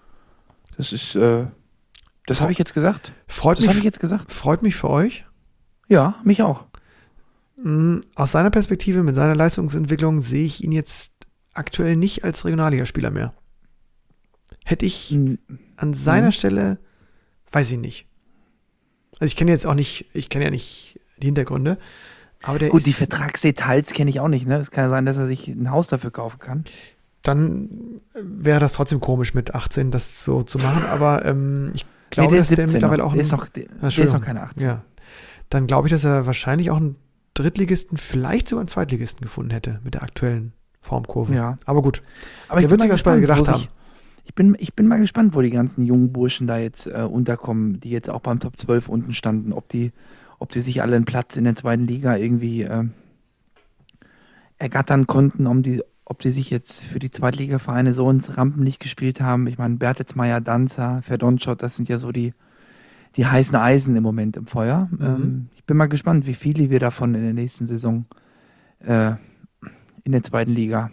das habe ich jetzt gesagt. Freut mich für euch. Ja, mich auch. Aus seiner Perspektive, mit seiner Leistungsentwicklung, sehe ich ihn jetzt aktuell nicht als Regionalligaspieler mehr. Hätte ich an seiner Stelle, weiß ich nicht. Also ich kenne ja nicht die Hintergründe. Aber die Vertragsdetails kenne ich auch nicht, ne? Es kann ja sein, dass er sich ein Haus dafür kaufen kann. Dann wäre das trotzdem komisch mit 18, das so zu machen, aber ich glaube, dass der mittlerweile auch... Der ist noch keine 18. Ja. Dann glaube ich, dass er wahrscheinlich auch einen Drittligisten, vielleicht sogar einen Zweitligisten gefunden hätte mit der aktuellen Formkurve. Ja. Aber gut. Aber der wird sich was bei gedacht haben. Ich bin mal gespannt, wo die ganzen jungen Burschen da jetzt unterkommen, die jetzt auch beim Top 12 unten standen, ob die sich alle einen Platz in der zweiten Liga irgendwie ergattern konnten, ob die sich jetzt für die Zweitligavereine so ins Rampenlicht gespielt haben. Ich meine, Bertelsmeier, Danzer, Verdonschot, das sind ja so die heißen Eisen im Moment im Feuer. Ich bin mal gespannt, wie viele wir davon in der nächsten Saison in der zweiten Liga.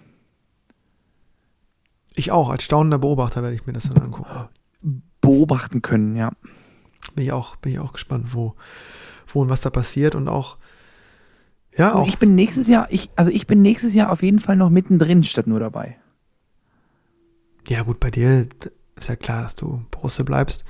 Ich auch, als staunender Beobachter werde ich mir das dann angucken. Beobachten können, ja. Bin ich auch gespannt, wo und was da passiert und auch, Ich bin nächstes Jahr auf jeden Fall noch mittendrin statt nur dabei. Ja gut, bei dir ist ja klar, dass du Borussia bleibst.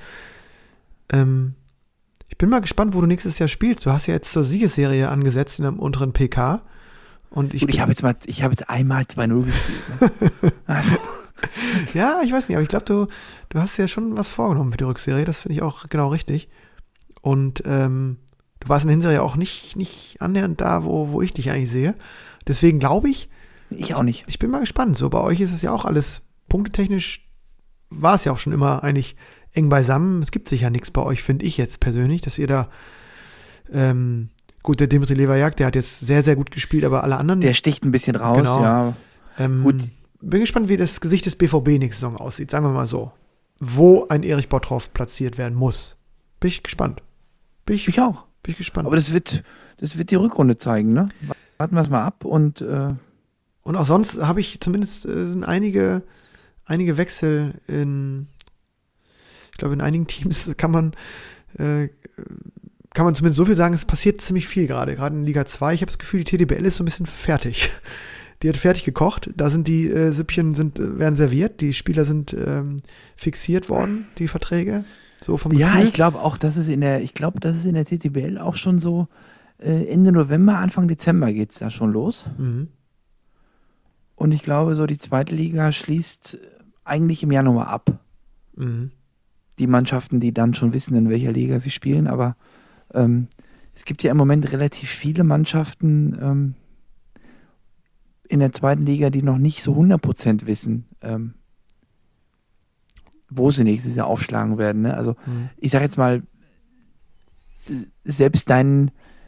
Ich bin mal gespannt, wo du nächstes Jahr spielst. Du hast ja jetzt zur Siegesserie angesetzt in einem unteren PK. Und ich habe jetzt einmal 2-0 gespielt. Ne? Also. Ja, ich weiß nicht, aber ich glaube, du hast ja schon was vorgenommen für die Rückserie. Das finde ich auch genau richtig. Und du warst in der Hinserie auch nicht annähernd da, wo ich dich eigentlich sehe. Deswegen glaube ich. Ich auch nicht. Ich bin mal gespannt. So, bei euch ist es ja auch alles punktetechnisch, war es ja auch schon immer eigentlich eng beisammen. Es gibt sicher nichts bei euch, finde ich jetzt persönlich, dass ihr da, gut, der Dimitri Levajak, der hat jetzt sehr, sehr gut gespielt, aber alle anderen. Der sticht ein bisschen raus, genau. Ja. Gut. Bin gespannt, wie das Gesicht des BVB nächste Saison aussieht, sagen wir mal so. Wo ein Erich Bottroff platziert werden muss. Bin ich gespannt. Ich auch. Bin ich gespannt. Aber das wird die Rückrunde zeigen, ne? Warten wir es mal ab und auch sonst habe ich zumindest sind einige Wechsel ich glaube, in einigen Teams kann man zumindest so viel sagen, es passiert ziemlich viel gerade in Liga 2. Ich habe das Gefühl, die TDBL ist so ein bisschen fertig. Die hat fertig gekocht, da sind die Süppchen werden serviert, die Spieler sind fixiert worden, die Verträge. So vom Gefühl. Ja, ich glaube auch, das ist in der TTBL auch schon so Ende November, Anfang Dezember geht es da schon los. Mhm. Und ich glaube, so die zweite Liga schließt eigentlich im Januar ab. Mhm. Die Mannschaften, die dann schon wissen, in welcher Liga sie spielen, aber es gibt ja im Moment relativ viele Mannschaften in der zweiten Liga, die noch nicht so 100% wissen, wo sie nächstes Jahr aufschlagen werden. Ne? Also ich sage jetzt mal, selbst dein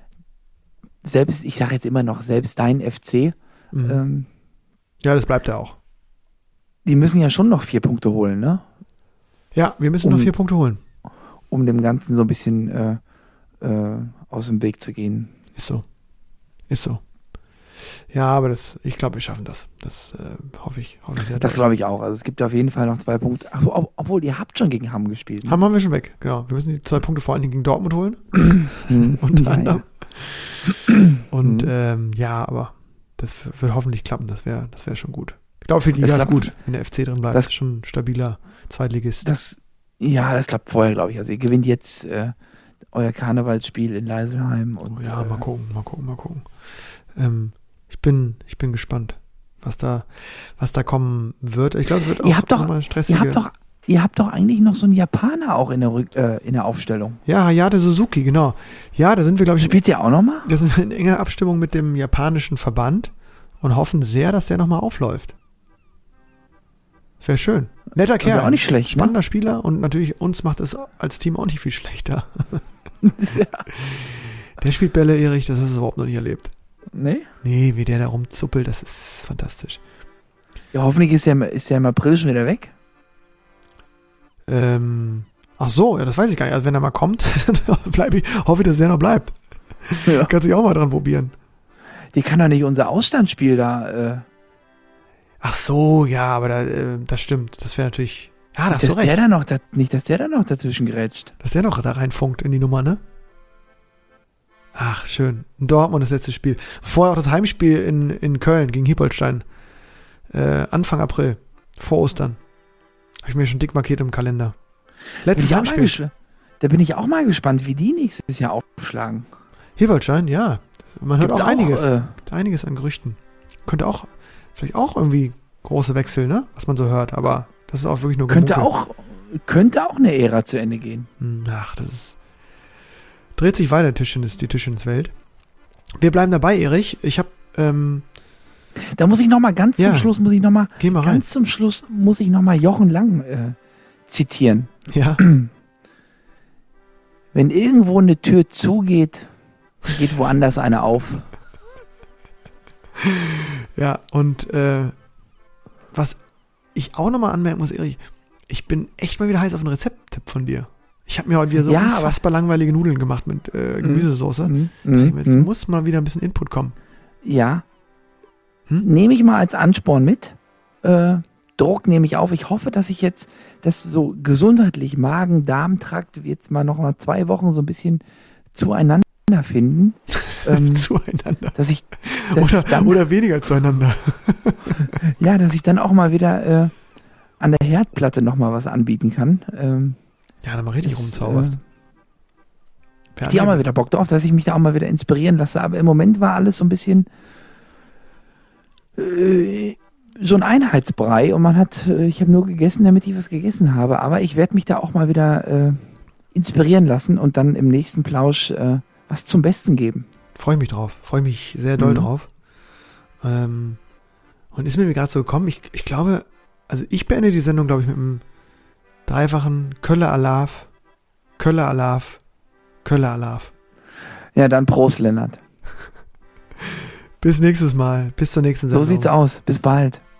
FC, ja, das bleibt ja auch. Die müssen ja schon noch 4 Punkte holen, ne? Ja, wir müssen noch 4 Punkte holen. Um dem Ganzen so ein bisschen aus dem Weg zu gehen. Ist so. Ja, aber ich glaube, wir schaffen das. Das hoffe ich sehr. Das glaube ich auch. Also es gibt auf jeden Fall noch 2 Punkte. Ach, obwohl, ihr habt schon gegen Hamm gespielt. Ne? Hamm haben wir schon weg, genau. Wir müssen die 2 Punkte vor allen Dingen gegen Dortmund holen. Unter anderem. Und ja, aber das wird hoffentlich klappen. Das wäre schon gut. Ich glaube, für die Liga ist gut, wenn der FC drin bleibt. Das ist schon ein stabiler Zweitligist. Das klappt vorher, glaube ich. Also ihr gewinnt jetzt euer Karnevalsspiel in Leiselheim. Und, mal gucken. Ich bin gespannt, was da kommen wird. Ich glaube, es wird auch nochmal stressige... Ihr habt doch eigentlich noch so einen Japaner auch in der Aufstellung. Ja, Hayate Suzuki, genau. Ja, da sind wir, glaube ich... Spielt der auch nochmal? Da sind wir in enger Abstimmung mit dem japanischen Verband und hoffen sehr, dass der nochmal aufläuft. Das wäre schön. Netter Kerl. Auch nicht schlecht. Spannender Spieler und natürlich uns macht es als Team auch nicht viel schlechter. Ja. Der spielt Bälle, Erich, das hast du überhaupt noch nicht erlebt. Nee? Nee, wie der da rumzuppelt, das ist fantastisch. Ja, hoffentlich ist der im April schon wieder weg. Ach so, ja, das weiß ich gar nicht. Also wenn er mal kommt, dann hoffe ich, dass er noch bleibt. Ja. Kann sich auch mal dran probieren. Die kann doch nicht unser Auslandsspiel da... Ach so, ja, aber das stimmt. Das wäre natürlich... Ja, das ist doch recht. Nicht, dass der da noch dazwischen gerätscht. Dass der noch da reinfunkt in die Nummer, ne? Ach, schön. In Dortmund das letzte Spiel. Vorher auch das Heimspiel in Köln gegen Hiepolstein. Anfang April. Vor Ostern. Habe ich mir schon dick markiert im Kalender. Letztes Heimspiel. Da bin ich auch mal gespannt, wie die nächstes Jahr aufschlagen. Hiepolstein, ja. Man hört auch einiges. Gibt einiges an Gerüchten. Könnte auch, vielleicht auch irgendwie große Wechsel, ne? Was man so hört. Aber das ist auch wirklich nur könnte auch eine Ära zu Ende gehen. Ach, dreht sich weiter die Tischtenniswelt. Wir bleiben dabei, Erich. Ich habe da muss ich noch mal zum Schluss zum Schluss muss ich noch mal Jochen Lang zitieren. Ja. Wenn irgendwo eine Tür zugeht, geht woanders eine auf. Ja, und was ich auch noch mal anmerken muss, Erich, ich bin echt mal wieder heiß auf einen Rezepttipp von dir. Ich habe mir heute wieder so unfassbar langweilige Nudeln gemacht mit Gemüsesoße. Jetzt muss mal wieder ein bisschen Input kommen. Ja. Nehme ich mal als Ansporn mit. Druck nehme ich auf. Ich hoffe, dass ich jetzt das so gesundheitlich Magen-Darm-Trakt jetzt mal noch mal 2 Wochen so ein bisschen zueinander finden. Zueinander. Oder weniger zueinander. Ja, dass ich dann auch mal wieder an der Herdplatte noch mal was anbieten kann. Ja, dann mal richtig rumzauberst. Die haben mal wieder Bock drauf, dass ich mich da auch mal wieder inspirieren lasse. Aber im Moment war alles so ein bisschen so ein Einheitsbrei und ich habe nur gegessen, damit ich was gegessen habe. Aber ich werde mich da auch mal wieder inspirieren lassen und dann im nächsten Plausch was zum Besten geben. Freue mich drauf. Freue mich sehr doll drauf. Und ist mir gerade so gekommen, ich glaube, also ich beende die Sendung, glaube ich, mit einem dreifachen Kölle Alaf. Ja, dann Prost, Lennart. Bis nächstes Mal. Bis zur nächsten Sendung. So sieht's aus. Bis bald.